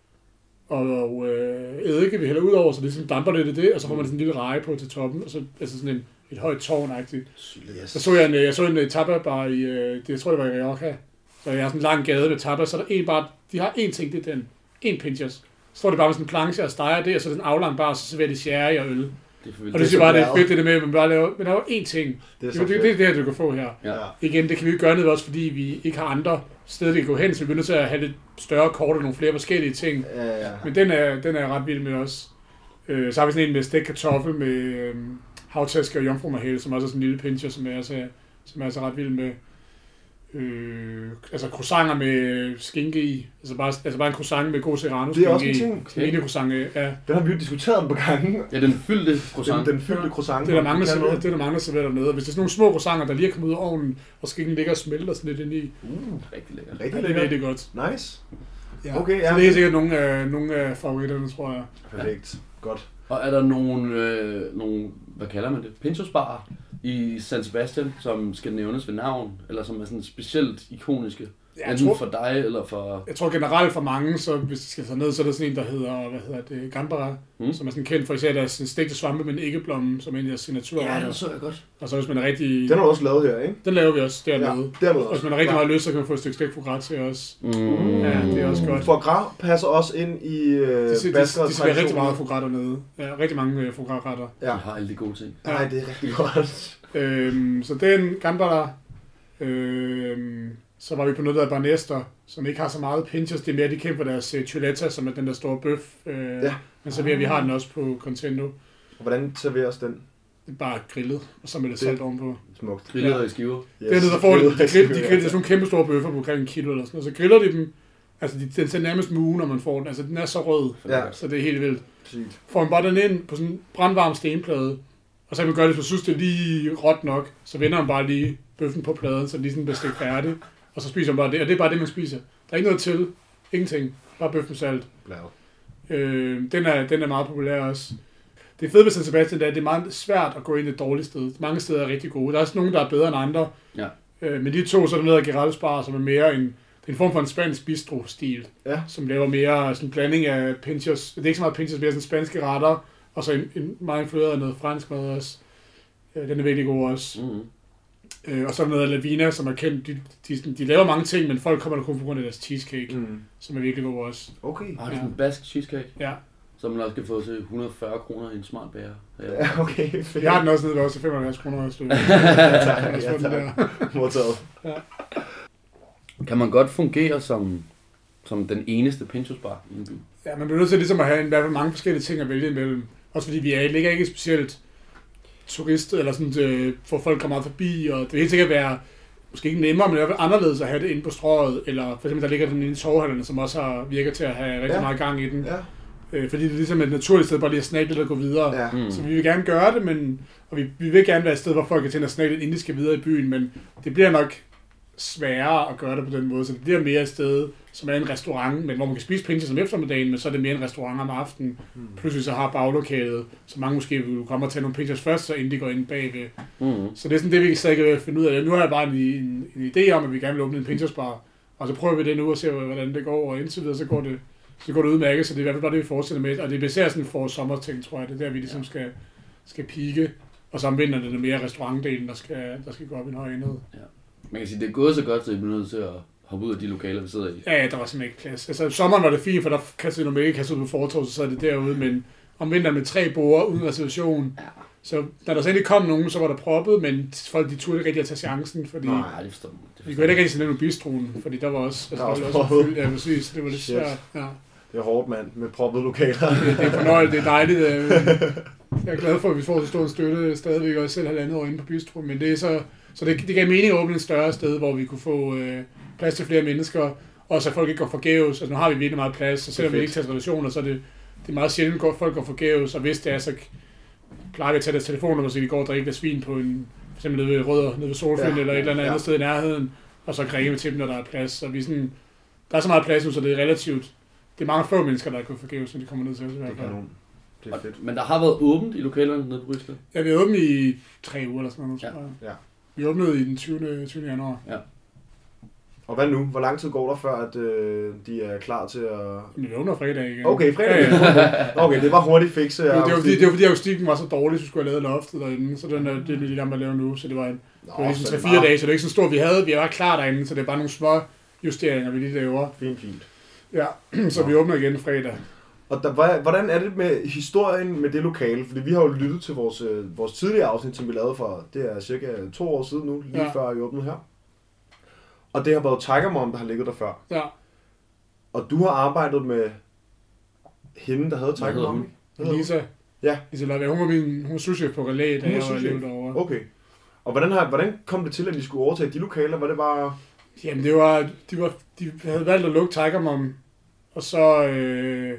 og øh, eddike, vi hælder ud over, så det sådan damper lidt i det, og så får man sådan en lille reje på til toppen, og så altså sådan en, et højt tårn-agtigt. Yes. Så så jeg en, jeg så en tapas-bar i, det, jeg tror det var i Rioja, så jeg har sådan en lang gade med tapas, så der er en bar, de har én ting, det er den, en pinchers. Så står det bare med sådan en planche og steger det, og så er det en aflang bar, og så serverer de sherry og øl. Det og det siger bare, det er fedt det der med, at man bare laver, man laver én ting. Det er, det, det, det er det her, du kan få her. Ja. Igen, det kan vi ikke gøre noget også, fordi vi ikke har andre steder, vi kan gå hen, så vi bliver nødt til at have lidt større kort og nogle flere forskellige ting. Ja, ja. Men den er, den er ret vild med os. Øh, så har vi sådan en med stegt kartoffel med øh, havtaske og jomfrumahale, som også er sådan en lille pincher, som er altså, som er altså ret vild med. Øh, altså croissanter med skinke i. Altså bare, altså bare en croissant med god serrano skinke i. Det er også en ting. Okay. En croissant, ja. Den har vi jo diskuteret om på gangen. Ja, den fyldte croissant. Den, den fyldte croissant. Det er der mange, der serverer, det er der mange, der serverer dernede. Og hvis det er sådan nogle små croissanter, der lige er kommet ud af ovnen, og skinken ligger og smelter sådan lidt ind i. Uh, rigtig lækkert. Rigtig lækkert. Ja, det er rigtig godt. Nice. Ja. Okay, ja. Så det er sikkert nogle af, nogle af favoritterne, tror jeg. Perfekt. Ja. Godt. Og er der nogle, øh, nogle, hvad kalder man det, pinchos-barer i San Sebastian, som skal nævnes ved navn, eller som er sådan specielt ikoniske? Ja, enten tror, for dig, eller for... Jeg tror generelt for mange, så hvis de skal tage ned, så er der sådan en, der hedder, hvad hedder det, Gambara, mm. som er sådan kendt for især deres stegte svampe med en æggeblomme, som er en af deres signaturretter. Ja, det så jeg godt. Og så hvis man er rigtig... Den har du også lavet her, ikke? Den laver vi også dernede. Ja, dernede og hvis man har rigtig ja. Meget lyst, så kan man få et stykke stegt foie gras til os. Mm. Ja, det er også godt. Foie gras passer også ind i uh, baskere. De serverer rigtig meget foie gras dernede. Ja, rigtig mange uh, foie gras retter. Ja. De har alle de gode ting. Nej, ja. Det er rigtig godt. øhm, så den Gambara... Øhm, Så var vi på noget, der er Barnester, som ikke har så meget pinchers. Det er mere, de kæmper deres uh, chuleta, som er den der store bøf. Uh, ja. Men så vi har den også på Contento. Og hvordan serveres den? Bare grillet, og så med det salt ovenpå. Smukt. Grillet ja. I skiver. Yes. Det er det, der får de, de, grill, de griller sådan nogle kæmpe store bøffer på omkring en kilo eller sådan noget. Så griller de dem. Altså, de, den ser nærmest mue, når man får den. Altså, den er så rød, ja. Så det er helt vildt. Præcis. Får man bare den ind på sådan en brandvarm stenplade, og så kan man gøre det, hvis man synes, det er lige råt nok, så vender man bare lige bøffen på pladen, så den lige sådan bliver stegt færdig. Og så spiser man bare det, og det er bare det, man spiser. Der er ikke noget til. Ingenting. Bare bøf med salt. Øh, den, er, den er meget populær også. Det fede ved San Sebastian, det er, det er meget svært at gå ind et dårligt sted. Mange steder er rigtig gode. Der er også nogle, der er bedre end andre. Ja. Øh, men de to, så er der noget af Geraldes Bar, som er mere en, det er en form for en spansk bistro-stil. Ja. Som laver mere sådan en blanding af pinchos. Det er ikke så meget pinchos, mere sådan spanske retter. Og så en, en meget influeret af noget fransk mad også. Øh, den er virkelig god også. Mm-hmm. Øh, og så er der noget af Lavina, som er kendt. De, de, de laver mange ting, men folk kommer der kun på grund af deres cheesecake, mm. som er virkelig god også. Okay. Har du ja. En bask cheesecake? Ja. Som man også kan få til et hundrede og fyrre kroner i en smart bager. Ja, okay. Fedt. Jeg har den også nede ved også til femoghalvfjerds kroner. Også, ja, tak. Modtaget. Ja. Kan man godt fungere som som den eneste Pinchos bar i en by. Ja, man bliver nødt til ligesom at have en, i hvert fald mange forskellige ting at vælge imellem. Også fordi vi er, ligger ikke specielt turist, eller sådan, øh, for folk kommer meget forbi, og det vil helt sikkert være, måske ikke nemmere, men i hvert fald anderledes at have det inde på strøget, eller for eksempel der ligger den inde i torvhallerne, som også har virker til at have rigtig ja. meget gang i den. Ja. Øh, fordi det er ligesom et naturligt sted bare lige at snakke lidt og gå videre. Ja. Mm. Så vi vil gerne gøre det, men, og vi, vi vil gerne være et sted, hvor folk kan tænde at snakke lidt, inden de skal videre i byen, men det bliver nok sværere at gøre det på den måde, så det bliver mere et sted, som er en restaurant, men hvor man kan spise pinches om eftermiddagen, men så er det mere en restaurant om aftenen. Mm. Pludselig så har baglokalet, så mange måske vil komme og tage nogle pinches først, så inden de går ind bagved. Mm. Så det er sådan det, vi stadig kan finde ud af. Nu har jeg bare en, en, en idé om, at vi gerne vil åbne en pinches bar, og så prøver vi det nu og ser, hvordan det går, og indtil videre, så går det, så går det udmærket, så det er i hvert fald bare det, vi fortsætter med, og det er især sådan for sommerting, tror jeg, det er der, vi ligesom skal, skal pike, og så om vinteren er det mere restaurantdelen, der skal, der skal gå op i en høj enhed. Ja. Man kan sige, det er gået så godt, så I bliver nødt til at hoppe ud af de lokaler, vi sidder i. Ja, ja, der var simpelthen ikke plads. Altså, sommeren var det fint, for der kastede du ikke kaste ud på fortorv, så sad det derude, men om vinteren med tre borde uden reservation. Ja. Så da der så endelig kom nogen, så var der proppet, men folk de turde ikke rigtig at tage chancen, fordi nej, det forstår man. Det vi kunne ikke rigtig sætte den bistroen, fordi der var også, altså, der var også, også fyldt, ja, præcis, det var lidt svært. Ja. Det er hårdt, mand, med proppet lokaler. det, det er fornøjeligt, det er dejligt. Jeg er glad for, at vi får så stor støtte stadigvæk også selv halvandet år inde på bistroen, men det er så, så det, det gav mening at åbne et større sted, hvor vi kunne få øh, plads til flere mennesker, og så folk ikke går forgæves. Altså nu har vi virkelig meget plads, så selvom vi ikke tager relationer, så er det, det er meget sjældent, at folk går forgæves, og hvis det er, så plejer vi at tage deres telefonnummer, så vi går og drikke deres svin på en, for eksempel nede ved Rødder, nede ved Solfind, ja, eller et eller andet, ja. andet sted i nærheden, og så ringe til dem, når der er plads. Så vi sådan, der er så meget plads nu, så det er relativt, det er mange få mennesker, der er gået forgæves, når de kommer ned til os i hvert fald. Det er fedt. Men der har været åbent i lokalerne nede på Rysted? Ja, vi er åbent i tre uger eller sådan noget, ja. tror jeg. Ja. Vi åbnede i den tyvende januar. Ja. Og hvad nu? Hvor lang tid går der før, at øh, de er klar til at... Men vi åbner fredag igen. Okay, fredag. Ja, ja. Okay, det var hurtigt fikse. Det, det, var fordi, det var fordi akustikken var så dårlig, så vi skulle have lavet loftet derinde. Så den er, det er lidt gammel at lave nu. Så det var, en, Nå, det var ligesom tre fire dage, så det er ikke så stort. Vi havde, vi var klar derinde, så det er bare nogle små justeringer, vi lige laver. Fint, fint. Ja, så Nå. vi åbner igen fredag. Og der, hvordan er det med historien med det lokale? Fordi vi har jo lyttet til vores, vores tidligere afsnit, som vi lavede for, det er cirka to år siden nu, lige ja. før I åbnede her. Og det har været Tiger Mom, der har ligget der før. Ja. Og du har arbejdet med hende, der havde Tiger Mom? Lisa. Ja. Lisa Lavia. Hun var min hun var souschef på Relæ, da jeg var elev derovre. Okay. Og hvordan, har, hvordan kom det til, at de skulle overtage de lokaler? Var det bare... Jamen det var, de, var, de havde valgt at lukke Tiger Mom. Og så... Øh,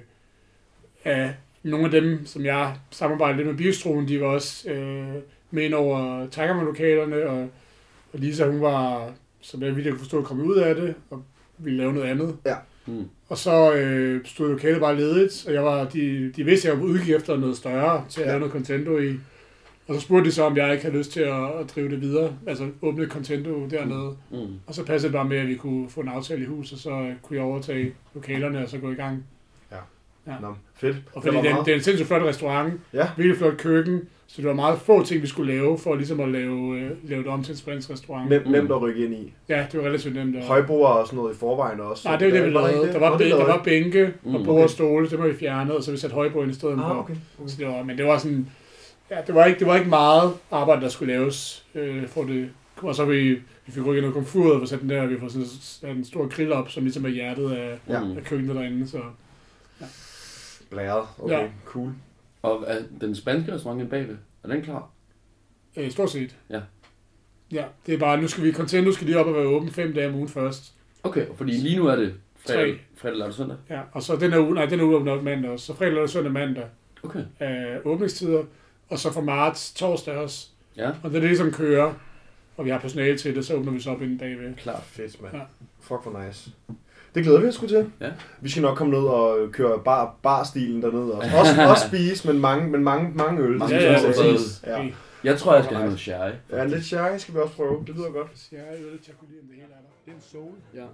ja, nogle af dem, som jeg samarbejdede lidt med Biostroen, de var også øh, med ind over Tiger Mom-lokalerne. Og, og Lisa, hun var... Så jeg ville kunne forstå at komme ud af det, og ville lave noget andet. Ja. Mm. Og så øh, stod lokalet bare ledigt, og jeg var, de, de vidste, at jeg var udgik efter noget større til at ja. lave noget Contento i. Og så spurgte de så, om jeg ikke havde lyst til at, at drive det videre, altså åbne Contento dernede. Mm. Mm. Og så passede det bare med, at vi kunne få en aftale i hus, og så kunne jeg overtage lokalerne og så gå i gang. Ja, ja. Nå, fedt. Og fordi det, det, det er en sindssygt flot restaurant, ja. virkelig flot køkken, så det var meget få ting, vi skulle lave, for ligesom at lave, øh, lave det om til en spansk restaurant. Nem, nemt at rykke ind i. Ja, det var relativt nemt. Og... Højbord og sådan noget i forvejen også. Nej, det var det, vi lavede. Der var, der, der var bænke mm, og bord okay. og stole, det var vi fjernet, og så vi satte højbord ind i stedet ah, for. Okay, okay. Så det var, men det var sådan, ja, det var ikke, det var ikke meget arbejde, der skulle laves øh, for det. Og så vi, vi fik rykket noget komfur ud og sat den der, og vi får sådan en stor grill op, som ligesom er hjertet af, ja. af køkkenet derinde. Så, ja. Blæret, okay, ja. Cool. Og er den spanske restaurant bagved, er den klar? Øh, stort set. Ja. Ja, det er bare, nu skal vi, Contento skal lige op og være åben fem dage om ugen først. Okay, fordi lige nu er det fredag, fredag lørdag, søndag? Ja, og så den er uge, nej, den er uge op mandag også. Så fredag, lørdag, søndag, mandag. Okay. Øh, åbningstider. Og så fra marts, torsdag også. Ja. Og det er ligesom kører, og vi har personale til det, så åbner vi så op inden bagved. Klart, fedt, mand. Ja. Fuck for nice. Det glæder vi os sgu til. Ja. Vi skal nok komme ned og køre bar, barstilen dernede også. Også, også spise, men mange, men mange, mange øl. Mange ja, ja, ja, ja. Jeg tror, jeg skal have noget sherry. Ja, lidt sherry skal vi også prøve. Det lyder godt. Sherry, øl, chokolade, det hele er der. Det er en soul. Ja.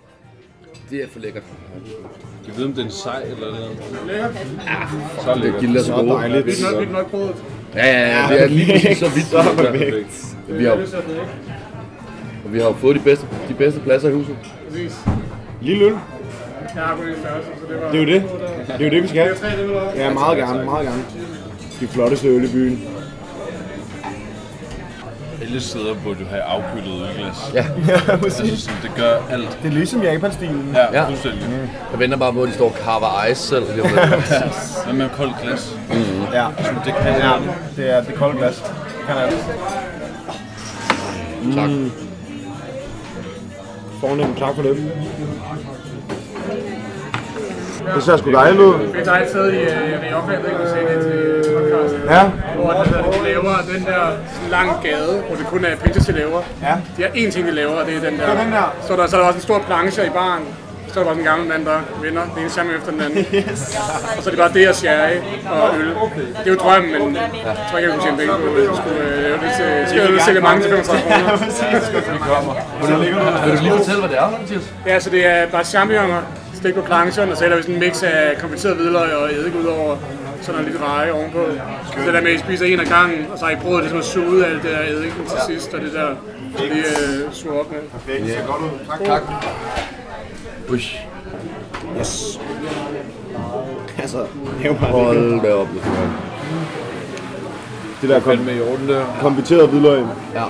Det er for lækkert. Jeg ved, om det er en sej eller noget. Lækkert? Ja, så lækkert. Det er så dejligt. Det er nok, nok brødet. Ja, ja, ja. Det er lige præcis så vidt. Så perfekt. Vi har, og vi har fået de bedste, de bedste pladser i huset. Præcis. Lille øl. Ja, på det størrelse, så det var... Det er jo det. Det er jo det, vi skal. Ja, meget gerne, meget gerne. De flotteste øl i byen. alle steder burde du have afkølet ølglas. Ja. Ja, præcis. Altså sådan, det gør alt. Det er ligesom Japan-stilen. Ja, Ja. fuldstændig. Mm. Jeg venter bare på, at de står og carver ice selv. Hvad med koldt glas? Mm-hmm. Ja, Det kan ja, det er det kolde glas. Det kan jeg. Tak. Mm. Fornemt, tak for det. Det ser sgu dejligt ud. Vi tager et sted i Rioja, jeg ved ikke, om du ser det til podcasten. Ja. Hvor de laver den der lang gade, hvor det kun er pinches, de laver. Ja. De har én ting, de laver, og det er den der. Det er den der. Så er der, så er der også en stor planche i baren. Så er der også en gammel mand, der vinder. Det ene sammen efter den anden. Yes. Og så er det bare det og sherry og øl. Det er jo drømmen, men jeg tror ikke, jeg kunne tjene penge på, hvis jeg skulle øh, lave det til. Skal jeg sælge mange til femogtredive kroner? Ja, præcis. Vi kommer. Hvordan ligger du? Vil du lige fortælle, hvad det er, Mathias? Ja, så det er bare champignoner, stik på planchen, og så er der sådan en mix af kompenseret hvidløg og eddike ud over. Så der er lidt reje ovenpå. Så det der med, at I spiser en af gangen, og så har I brødet det som at suge alt det der eddiken til sidst, og det der, så lige øh, suge op med. Perfekt. Det ser godt ud. Tak. Tak. Ush. Yes. Altså, det er jo bare Hold da op. det der kom, med i orden der. konfiteret hvidløg. Ja.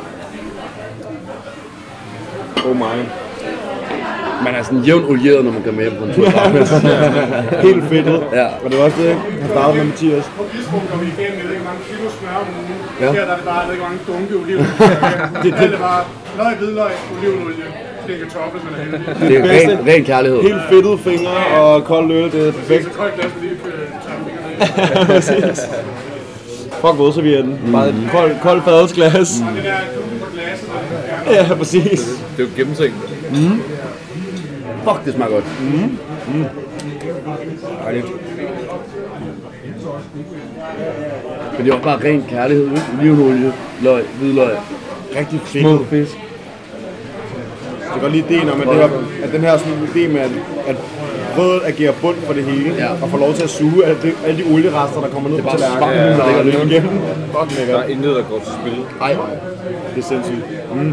Oh my. Man er sådan jævnt olieret, når man går med på en tur. Helt fedtet. Ja. Og det var også det, jeg startede med Mathias. Bistrå kommer I igennem, jeg ved ikke, hvor mange kilo smør om ugen. Ja. Her der er det bare, jeg ved ikke, hvor mange dunke oliven. det, det er bare løg, hvidløg, olivenolie. Det er kartoffel, man er heldig. Det er ren, ren kærlighed. Helt fedtede fingre og kold øl, det er perfekt. Så koldt glas, fordi vi kan tørre fingrene i. Fuck vådservietten. Bare et koldt kold fadelsglas. Det der klumpen på glasset, der er Ja, præcis. Det er jo gennemtænkt. Fuck, det smager godt. Dejligt. Men det er også bare ren kærlighed. ikke? Olivenolie, løg, hvidløg, Rigtig små fedtet. fisk. Jeg kan godt lide ideen om, at, det her, at den her sådan idé med, at, at brødet agerer bund for det hele, Ja. og får lov til at suge alle de, alle de olierester, der kommer ned på bare tallerkenen, svampen, der og ligger løber igennem. Fuck Der lækkert. er intet, der går til spil. Ej, Det er sindssygt. nice.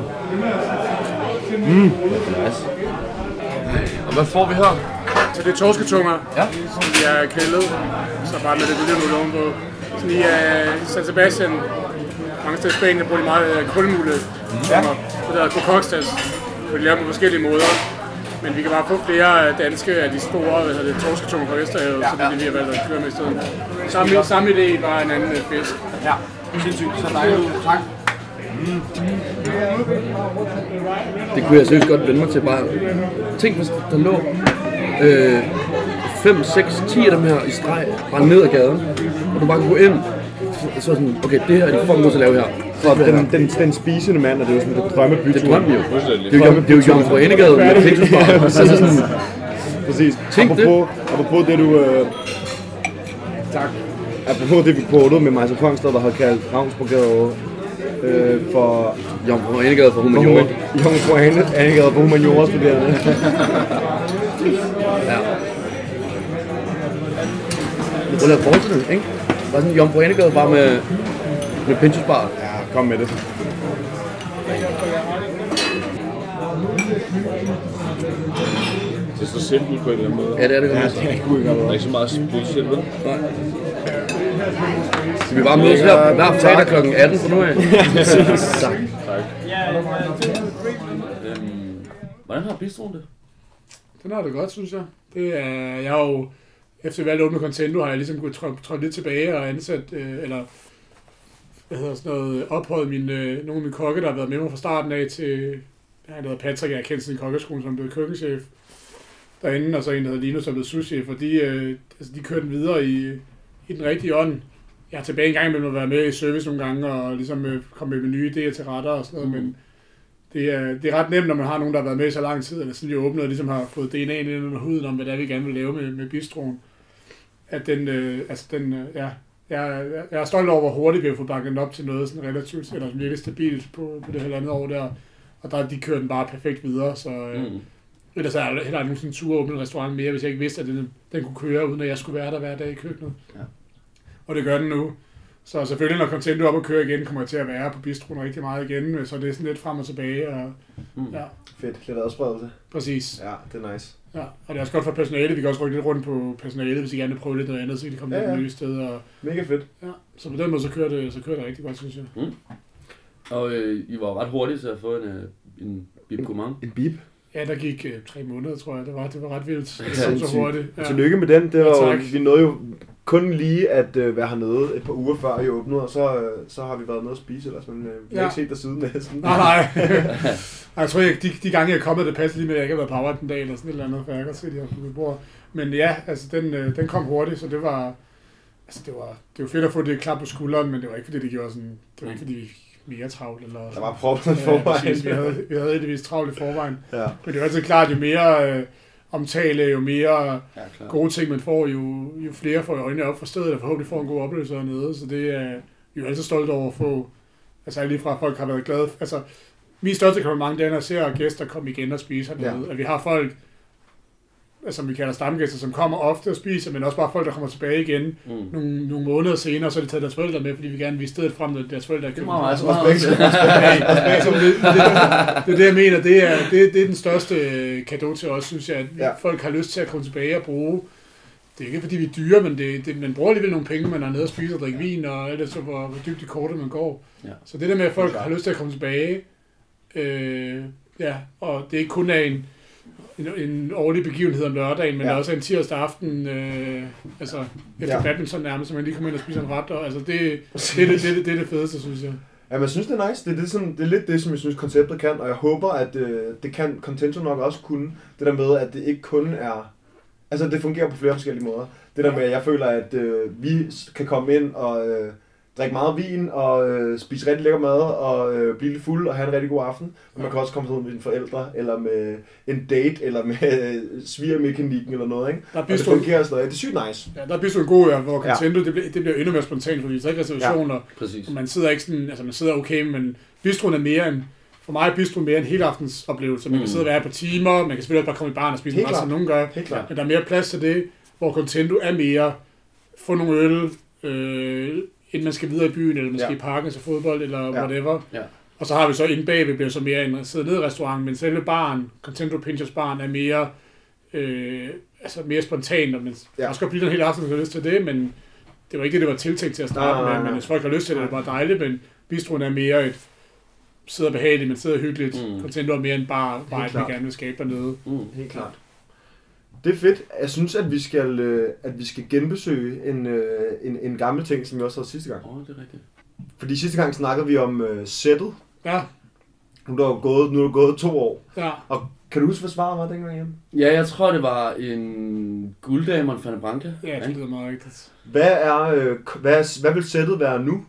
Og hvad får vi her? Så det er torsketunger, Ja. som vi er kældet, så bare med lidt olivenolie ovenpå. Sådan i uh, San Sebastian, mange steder i Spanien, bruger de meget uh, kulmule. Ja. Det der kokostas, hvor de laver på forskellige måder. Men vi kan bare få flere danske af de store hvad hedder det, torsketunger fra Vesterhavet, ja, så det er det, vi har valgt at køre med i stedet. Samme, samme idé, bare en anden uh, fisk. Ja, sindssygt. Så dejligt ud. Tak. Det kunne jeg seriøst godt vende mig til. Bare tænk, hvis der lå øh, fem, seks, ti af dem her i streg, bare ned ad gaden, og du bare kunne gå ind, så sådan, okay, det her er de fucking nødt til at lave her. Og den, den, den spisende mand, og det er jo sådan et drømmebytur. Det drømmer vi jo. Fuldstændig. Det er jo, det er jo Jomfru Anegade med Pinchusbar. Altså sådan, Præcis. Tænk apropos, apropos det, du... Øh, tak. Apropos det, vi quotede med Majse Kongstad, der har kaldt Ravnsborgade øh, for... Jomfru Anegade for humaniora. Jomfru Anegade for humaniora studerende. Ja. Prøv at forestille dig, ikke? Bare sådan Jomfru Anegade bare med, med Pinchusbar. Ja, kom med det. Det er så simpelt på en eller anden måde. Ja, det er det godt. Ja, det er ikke godt. Der er ikke så meget bullshit, vel? Nej. Skal vi bare mødes her hver fredag klokken atten for nu af? Tak. Øhm, hvordan har bistroen det? Den har det godt, synes jeg. Det er, jeg har jo, efter vi valgte at åbne Contento, har jeg ligesom gået trådt tråd lidt tilbage og ansat, øh, eller hvad hedder sådan noget, ophøjet mine, øh, nogle af mine kokke, der har været med mig fra starten af til, han hedder Patrick, jeg har kendt siden i kokkeskolen, som blev køkkenchef derinde, og så en, der hedder Linus, som blev souschef, og de, øh, altså, de kørte den videre i, i den rigtige ånd. Jeg har tilbage en gang imellem at være med i service nogle gange, og ligesom øh, komme med nye idéer til retter og sådan noget, mm. men det er, det er ret nemt, når man har nogen, der har været med i så lang tid, eller sådan lige åbnet og ligesom har fået D N A'en ind under huden om, hvad det er, vi gerne vil lave med, med bistroen. At den, øh, altså den, øh, ja, jeg, jeg er stolt over, hvor hurtigt vi har fået bakket den op til noget sådan relativt, eller virkelig stabilt på, på det halvandet år der. Og der de kører den bare perfekt videre, så øh, mm. ellers er jeg heller ikke nogen sådan tur at åbne en restaurant mere, hvis jeg ikke vidste, at den, den kunne køre, uden at jeg skulle være der hver dag i køkkenet. Ja. Og det gør den nu. Så selvfølgelig, når Contento op og kører igen, kommer jeg til at være på bistroen rigtig meget igen, så det er sådan lidt frem og tilbage. Og, mm. ja. Fedt, lidt adspredelse. Præcis. Ja, det er nice. Ja, og det er også godt for personalet. Vi kan også rykke lidt rundt på personalet, hvis I gerne vil prøve lidt noget andet, så kan de komme ja, ja. lidt nye steder. Og, mega fedt. Ja, så på den måde, så kører det, så kører det rigtig godt, synes jeg. Mm. Og øh, I var ret hurtige til at få en, øh, en bib gourmand. En bib? Ja, der gik øh, tre måneder, tror jeg. Det var, det var ret vildt. Det så, så hurtigt. Ja. Tillykke med den. Det var ja, jo, vi nåede jo kun lige at øh, være hernede et par uger før I åbnede, og så, øh, så har vi været nede og spise ellers, men øh, vi har ja. ikke set der siden næsten. Nej, nej. Jeg tror ikke, de, de gange jeg er kommet, det passer lige med, at jeg ikke har været på arbejde en dag eller sådan et eller andet, for jeg kan godt se, at de har på mit bord. Men ja, altså den, øh, den kom hurtigt, så det var, altså det var, det var fedt at få det klap på skulderen, men det var ikke fordi, det gjorde sådan, det var ikke fordi, vi mere travlt eller der var proppet i forvejen. Ja, vi havde, vi havde heldigvis travlt i forvejen. Ja. Men det er altid klart, jo mere øh, omtale, jo mere ja, gode ting man får, jo, jo flere får øjnene op for stedet, og forhåbentlig får en god oplevelse hernede. Så det er vi jo altid stolte over at få, altså lige fra at folk har været glade. Altså, min største kompliment er, at jeg ser gæster komme igen og spise hernede. Ja. At vi har folk, altså, som vi kalder stamgæster, som kommer ofte og spiser, men også bare folk, der kommer tilbage igen mm. nogle, nogle måneder senere, så har de taget deres forældre med, fordi vi gerne vil stedet frem, når deres forældre er købt. Det er meget, det er det, jeg mener. Det er, det, det er den største cadeau til os, synes jeg, at ja. folk har lyst til at komme tilbage og bruge. Det er ikke, fordi vi er dyre, men det, det, man bruger alligevel nogle penge, man er nede og spiser og drikker vin, og alt det, så hvor, hvor dybt i kortet man går. Ja. Så det der med, at folk har lyst til at komme tilbage, øh, ja, og det er ikke kun af en En, en årlig begivenhed om lørdagen, men ja. også en tirsdag aften, øh, altså efter ja. badminton nærmest, så man lige kommer ind og spiser en ret, og altså det, det, det, det, det, det er det fedeste, synes jeg. Ja, men jeg synes, det er nice. Det er, det, sådan, det er lidt det, som jeg synes, konceptet kan, og jeg håber, at øh, det kan Contento nok også kunne. Det der med, at det ikke kun er... Altså, det fungerer på flere forskellige måder. Det der med, at jeg føler, at øh, vi kan komme ind og øh, drikke meget vin, og øh, spise rigtig lækker mad, og øh, blive lidt fuld, og have en rigtig god aften. Men man kan også komme ud med dine forældre, eller med en date, eller med øh, svigermekanikken, eller noget, ikke? Der og det fungerer stadig. Det er sygt nice. Ja, der er bistået en god, ja, hvor Contento, ja. det, bliver, det bliver endnu mere spontant, fordi der er ikke reservationer. Ja, man sidder ikke sådan, altså man sidder okay, men bistroen er mere end, for mig er bistro mere en helaftens oplevelse. Man mm. kan sidde og være på timer, man kan selvfølgelig også bare komme i baren og spise en ret, som nogen gør. Men der er mere plads til det, hvor Contento er mere, få nogle øl, øh, inden man skal videre i byen, eller måske ja. i parken til fodbold, eller ja. whatever. Ja. Og så har vi så inde bagved, bliver så mere en sidde ned i restaurant, men selve baren, Contento Pinchos baren, er mere, øh, altså mere spontan, og man ja. også godt blive den hele aften, hvis man har lyst til det, men det var ikke det, det var tiltænkt til at starte ah, med, men hvis folk har lyst til det, det er bare dejligt, men bistroen er mere et sidder behageligt, men sidder hyggeligt. Mm. Contento er mere en bar, vibe, vi gerne vil skabe dernede. Mm, helt klart. Det er fedt. Jeg synes, at vi skal, øh, at vi skal genbesøge en, øh, en, en gammel ting, som vi også havde sidste gang. Åh, oh, det er rigtigt. Fordi sidste gang snakkede vi om øh, sættet. Ja. Nu er der gået, nu er der gået to år. Ja. Og kan du huske, hvad svaret var dengang hjemme? Ja, jeg tror, det var en gulddame og en Fanny Branca. Ja, det lyder meget rigtigt. Hvad, er, øh, hvad, hvad vil sættet være nu?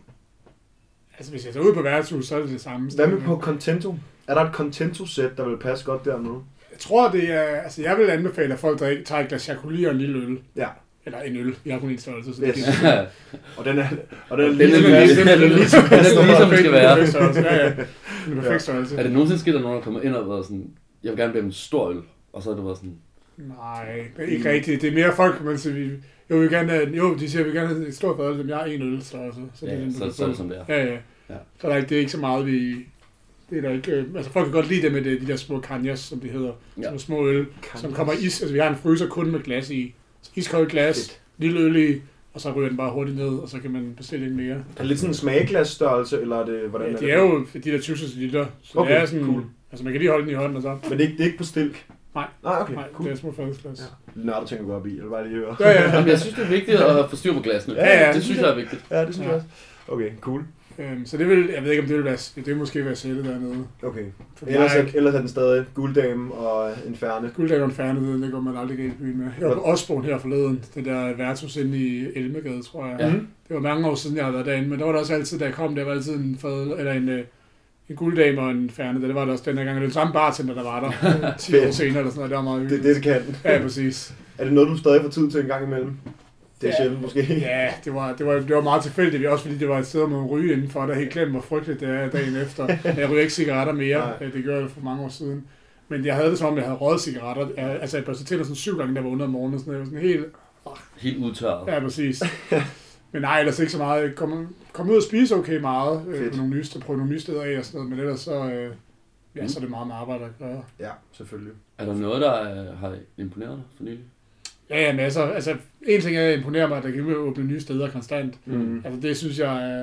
Altså, hvis jeg tager ud på værtshus, så er det det samme. Hvad med på Contento? Er der et Contento-sæt, der vil passe godt dernede? Jeg tror, det er... Altså, jeg vil anbefale, at folk drikker, tager et glas Chacoli og en lille øl. Ja. Eller en øl. Vi har kun en størrelse. Så yes. det er og den er, og den er lige, lige, lige, lige, lige, lige, lige, som det skal være. Ja, ja. Den er perfekt størrelse. Er det nogensinde sket, at nogen er kommet ind og været sådan, jeg vil gerne bede en stor øl, og så er det været sådan... Nej, det er ikke rigtigt. Det er mere folk, man siger, vi... Jo, vi vil gerne have, jo, de siger, vi vil gerne have et stort øl, men jeg har en øl størrelse. Så ja, det er, den, så, så er det som det er. Ja, ja. ja. Så er der ikke, det er ikke så meget, vi... Det er der ikke... Altså, folk kan godt lide det med det, de der små cañas, som de hedder. Ja. Som små øl, cañas. Som kommer i is. Altså, vi har en fryser kun med glas i. Så iskoldt glas, Fedt. lille øl i, og så ryger den bare hurtigt ned, og så kan man bestille en mere. Er det lidt sådan en smagglasstørrelse, eller er det... Hvordan ja, er det det? er jo de der tyve liter, så okay, det er sådan... Cool. Altså, man kan lige holde den i hånden og så... Men det er ikke, det er ikke på stilk? Nej, Nej, okay, Nej cool. det er små fadelsglas. Ja. Nå, du tænker gå op i, eller bare lige høre. Ja, ja. Jamen, jeg synes, det er vigtigt at få styr på glassene. Ja, ja. Det synes jeg er vigtigt. Ja, det synes ja. jeg også. Okay, cool. Øhm, så det vil, jeg ved ikke om det vil være, det vil måske være sættet dernede. Okay. Ellers er, ellers er den stadig Gulddame og Inferne. Gulddame og Inferne, det går man aldrig galt i byen med. Jeg var på Osborn her forleden, det der værtshus inde i Elmegade, tror jeg. Ja. Det var mange år siden, jeg havde været derinde, men der var der også altid, da jeg kom, der var altid en fad, eller en, en Gulddame og en Inferne. Det var der også den her gang, og det var den samme bartender, der var der ti år senere, eller sådan noget. Det var meget hyggeligt. Det er det, det kan. Ja, præcis. Er det noget, du stadig får tid til en gang imellem? Det er ja, sjældent måske. Ja, det var, det, var, det var meget tilfældigt, også fordi det var et sted, man ryge indenfor, der helt glemt, hvor frygteligt det er dagen efter. Jeg ryger ikke cigaretter mere, Nej. Det gjorde jeg for mange år siden. Men jeg havde det som om, jeg havde røget cigaretter. Jeg, altså, jeg børste tænder sådan syv gange, der var under om morgenen. Sådan, jeg var sådan helt... Oh. Helt udtørret. Ja, præcis. Men nej, ellers ikke så meget. Kom, kom ud og spise okay meget. Øh, på nogle nye steder, prøve nogle nye steder af og sådan noget. Men ellers så, øh, ja, mm. så er det meget med arbejde at gøre. Ja, selvfølgelig. Er der noget, der øh, har imponeret dig for nylig? Ja, ja, masser. Altså, en ting er, at imponere mig, at der kan åbne nye steder konstant. Mm. Altså, det synes jeg,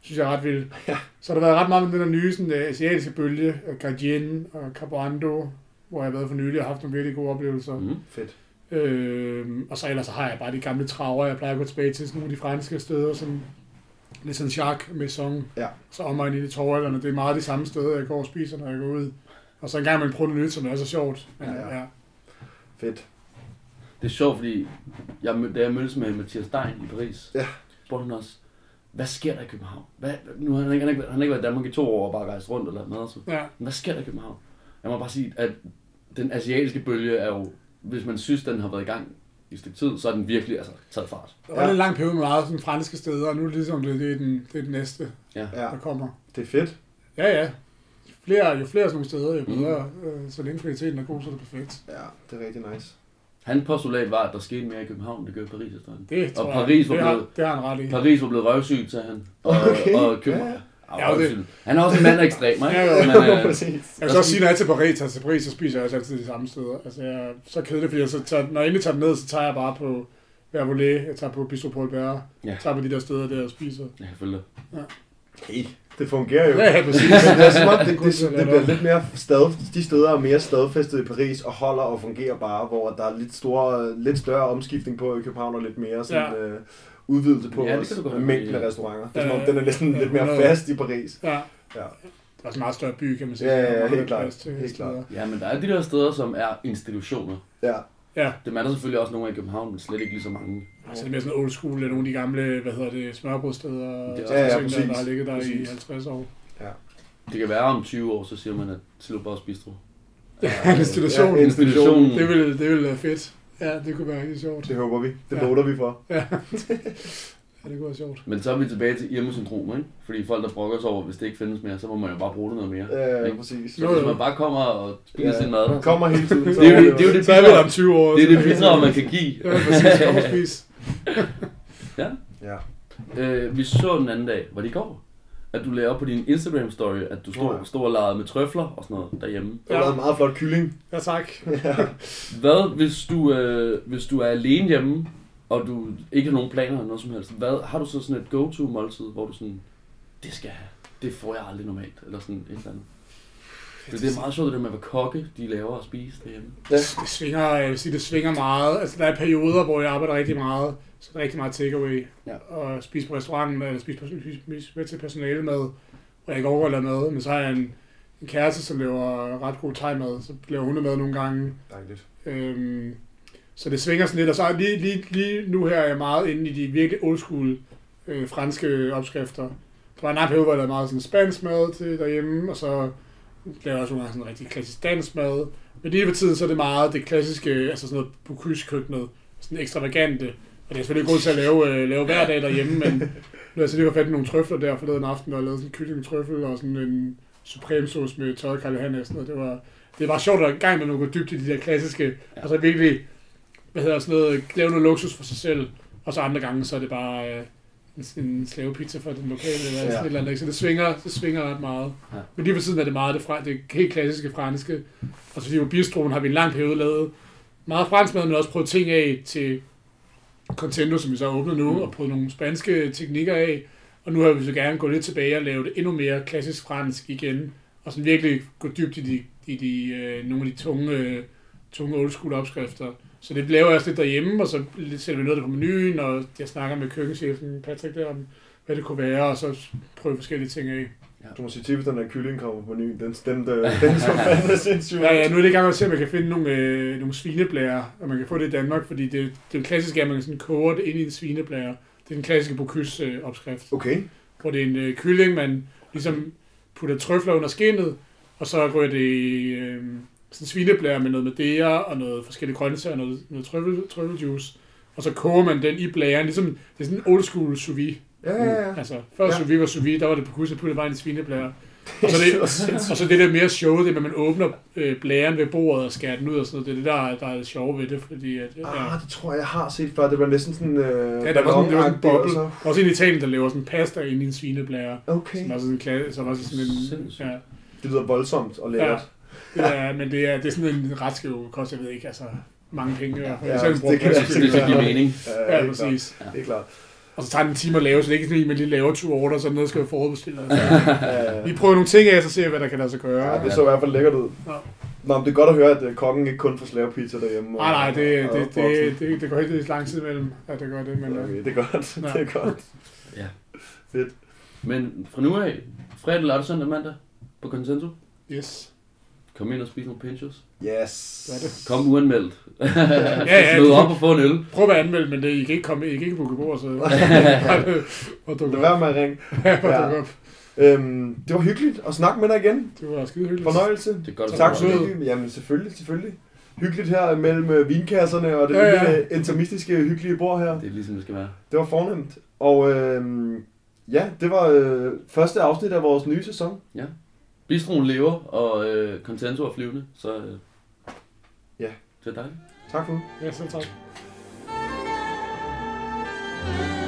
synes jeg er ret vildt. Ja. Så har der været ret meget med den der nye sådan, asiatiske bølge, Gardien og Cabrando, hvor jeg har været for nylig og haft nogle virkelig gode oplevelser. Mm. Fedt. Øh, og så ellers så har jeg bare de gamle traver, jeg plejer at gå tilbage til sådan nogle af de franske steder, som Les Saint-Jacques, Maison, ja. så omegn i de torvalderne. Det er meget de samme steder, jeg går og spiser, når jeg går ud. Og så en gang man prøver noget nyt, som er så sjovt. Men, ja, ja. ja. Fedt. Det er sjovt, fordi jeg, da jeg mødtes med Mathias Stein i Paris, ja. spurgte han også, hvad sker der i København? Hvad, nu har han ikke, han ikke, han har ikke været i Danmark i to år og bare rejst rundt eller noget. Så. Ja. Hvad sker der i København? Jeg må bare sige, at den asiatiske bølge er jo, hvis man synes, den har været i gang i et stykke tid, så er den virkelig altså, taget fart. Der var ja. en lang periode med meget sådan franske steder, og nu er det ligesom det, det, er, den, det er den næste, ja. der kommer. Det er fedt. Ja, ja. Flere, jo flere sådan nogle steder, jo bedre. Mm. Så længe kvaliteten er god, så er det perfekt. Ja, det er rigtig nice. Han postulat var, at der skete mere i København, det gør i Paris efterhånden. Det tror og Paris var det, blevet, har, det har han ret i. Paris var blevet røvsyg, sagde han. Og, okay. og København. Ja. Ja, det. Han er også en mand af ekstremer, ikke? Ja, jo, men, øh, jeg kan så også sige, når jeg er til Paris, tager til Paris, så spiser jeg også altid de samme steder. Altså, jeg er så kedelig, fordi jeg så tager, når jeg endelig tager den ned, så tager jeg bare på Vervolé, jeg tager på Bistro Paul Bert, ja. tager på de der steder der og spiser. Ja, jeg følger. Ja. Hey, det fungerer jo. Ja, ja, præcis. det er som om, det, det, det, det bliver lidt mere stad, de steder er mere stadfæstet i Paris og holder og fungerer bare, hvor der er lidt, store, lidt større omskiftning på i København og lidt mere sådan, ja. øh, udvidelse på ja, os, mængden af restauranter. Det er som om, ja, den er næsten ja, lidt mere fast i Paris. Ja. Ja. Det er også en meget større by, kan man sige. Ja, ja, ja helt klart. Helt klart. Ja, men der er de der steder, som er institutioner. Ja. Ja. Dem er der selvfølgelig også nogle af i København, men slet ikke lige så mange. Altså det er mere sådan old school, eller nogle af de gamle, hvad hedder det, smørbrødsteder, det ja, ja, præcis. Der har ligget der præcis. I halvtreds år. Ja. Det kan være om tyve år, så siger man, at Silberborgs Bistro. Ja, institution. Ja, institution. Det ville, det ville være fedt. Ja, det kunne være rigtig sjovt. Det håber vi. Det ja. voter vi for. Ja. Ja, det kunne være sjovt. Men så er vi tilbage til Irma-syndrom, ikke? Fordi folk, der brokker sig over, hvis det ikke findes mere, så må man jo bare bruge det noget mere. Ja, ikke? præcis. Så hvis man bare kommer og spiser ja. sin mad der, kommer hele tiden. Det er jo det, det, er jo det så er vi der om tyve år. Det er det bidrag, man kan give. Ja, præcis. Kom og spis. Ja. Ja. Øh, vi så den anden dag, var det i går? At du lagde op på din Instagram-story, at du stod, ja. stod og legede med trøfler og sådan noget derhjemme. Det har været en meget flot kylling. Ja, tak. Ja. Hvad, hvis du, øh, hvis du er alene hjemme, og du ikke har nogen planer eller noget som helst, hvad, har du så sådan et go-to-måltid, hvor du sådan, det skal jeg have, det får jeg aldrig normalt, eller sådan et eller andet? Det, det er meget sjovt, det der med, hvad kokke de laver at spise derhjemme. Ja. Det svinger, jeg vil sige, det svinger meget. Altså, der er perioder, hvor jeg arbejder rigtig meget, så der er rigtig meget takeaway, ja. Og spise på restauranten, eller spise, på, spise med til personale mad, hvor jeg ikke overgår at lave mad, men så har jeg en, en kæreste, som laver ret god thai-mad, så laver hun mad nogle gange. Dejligt. Øhm, så det svinger sådan lidt, og så lige, lige, lige nu her er jeg meget inde i de virkelig old school øh, franske opskrifter. Der var en anden periode, hvor jeg lavede meget sådan spansk mad til derhjemme, og så laver jeg også nogle gange sådan rigtig klassisk dansk mad. Men lige for tiden, så er det meget det klassiske, altså sådan noget Bocuse-køkkenet, sådan ekstravagante. Og det er selvfølgelig ikke grund til at lave, øh, lave hver dag derhjemme, men nu har jeg så lige fat i nogle trøfler der forleden aften, og jeg lavede sådan en kylling med trøffel og sådan en supreme sauce med tørret Karl Johan og sådan noget. Det var, det var sjovt at gang med at gå dybt i de der klassiske, ja. Og så virkelig, hvad hedder sådan noget, lave noget luksus for sig selv, og så andre gange, så er det bare øh, en, en slavepizza for den lokale, eller ja. Sådan et eller andet, så det svinger, det svinger ret meget. Ja. Men lige for tiden er det meget det, fra, det helt klassiske franske, og så fordi på bistroen har vi en lang periode lavet meget fransk mad, men også prøvet ting af til Contento, som vi så har åbnet nu, mm. og prøvet nogle spanske teknikker af, og nu har vi så gerne gået lidt tilbage og lavet det endnu mere klassisk fransk igen, og sådan virkelig gå dybt i, de, i de, øh, nogle af de tunge, øh, tunge old school opskrifter. Så det laver jeg også lidt derhjemme, og så sætter vi noget af det på menuen, og jeg snakker med køkkenchefen Patrick der om, hvad det kunne være, og så prøver forskellige ting af. Ja. Du må sige til, hvis den der kylling kommer på menuen, den stemte, den så fandme sindssygt. Ja, ja, nu er det i gang med at se, om man kan finde nogle, øh, nogle svineblærer, og man kan få det i Danmark, fordi det, det klassiske er, at man sådan koger det ind i en svineblære. Det er den klassiske Bocuse-opskrift. Okay. Hvor det er en øh, kylling, man ligesom putter trøfler under skindet, og så går det i øh, sådan svineblære med noget madeira og noget forskellige grøntsager og noget, noget trøffel, trøffeljuice. Og så koger man den i blæren, ligesom det er sådan en old school sous vide. Ja, ja, ja. Altså, før ja. sous vide var sous vide, der var det på kus, at putte bare en svineblære. Og så, det, og så det der mere show, det er, at man åbner øh, blæren ved bordet og skærer den ud og sådan noget. Det er det, der, der er det sjove ved det, fordi at... Ja. Ah, det tror jeg, jeg har set før. Det var næsten sådan... Øh, ja, der var sådan, det var sådan en boble. Der var også en i Italien, der laver sådan pasta ind i en svineblære. Okay. Som var sådan en klasse, som var sådan en... Ja. Det lyder voldsomt og lækkert. Ja, ja, men det er, det er sådan en ret skæv kost, jeg ved ikke, altså mange penge. Ja, ja, det, det kan det give mening. Ja, ja, præcis. Ja. Det er klart. Og så tager det en time at lave, så det er ikke sådan en, man lige laver to order, så noget skal være forudbestilt. Altså. Vi prøver nogle ting af, så ser vi, hvad der kan lade sig gøre. Ja, det så i hvert fald lækkert ud. Ja. Nå, men det er godt at høre, at kongen ikke kun får slavepizza derhjemme. Nej, nej, det, det, det, det, det, det går helt lang tid imellem, at det gør det. Men, okay, det er godt, ja. Det er godt. Ja. Fedt. Men fra nu af, fredag, lørdag, søndag, mandag på Consenso. Yes. Kom ind og spis nogle pinchos. Yes. Hvad er det? Kom uanmeldt. ja, ja. Mød op og få en øl. Prøv at være anmeldt, men det, I kan ikke komme, I kan ikke booke bord, så... og dukke op. Lad være med at ringe. ja, ja. Øhm, det var hyggeligt at snakke med dig igen. Det var skide hyggeligt. Fornøjelse. Det er godt, tak for det. Jamen selvfølgelig, selvfølgelig. Hyggeligt her mellem vinkasserne og det ja, ja. lille intermistiske hyggelige bord her. Det er ligesom det skal være. Det var fornemt. Og øhm, ja, det var øh, første afsnit af vores nye sæson. Ja. Bistroen lever, og øh, Consenso er flyvende, så øh, ja, det er dejligt. Tak for det. Ja, selv tak.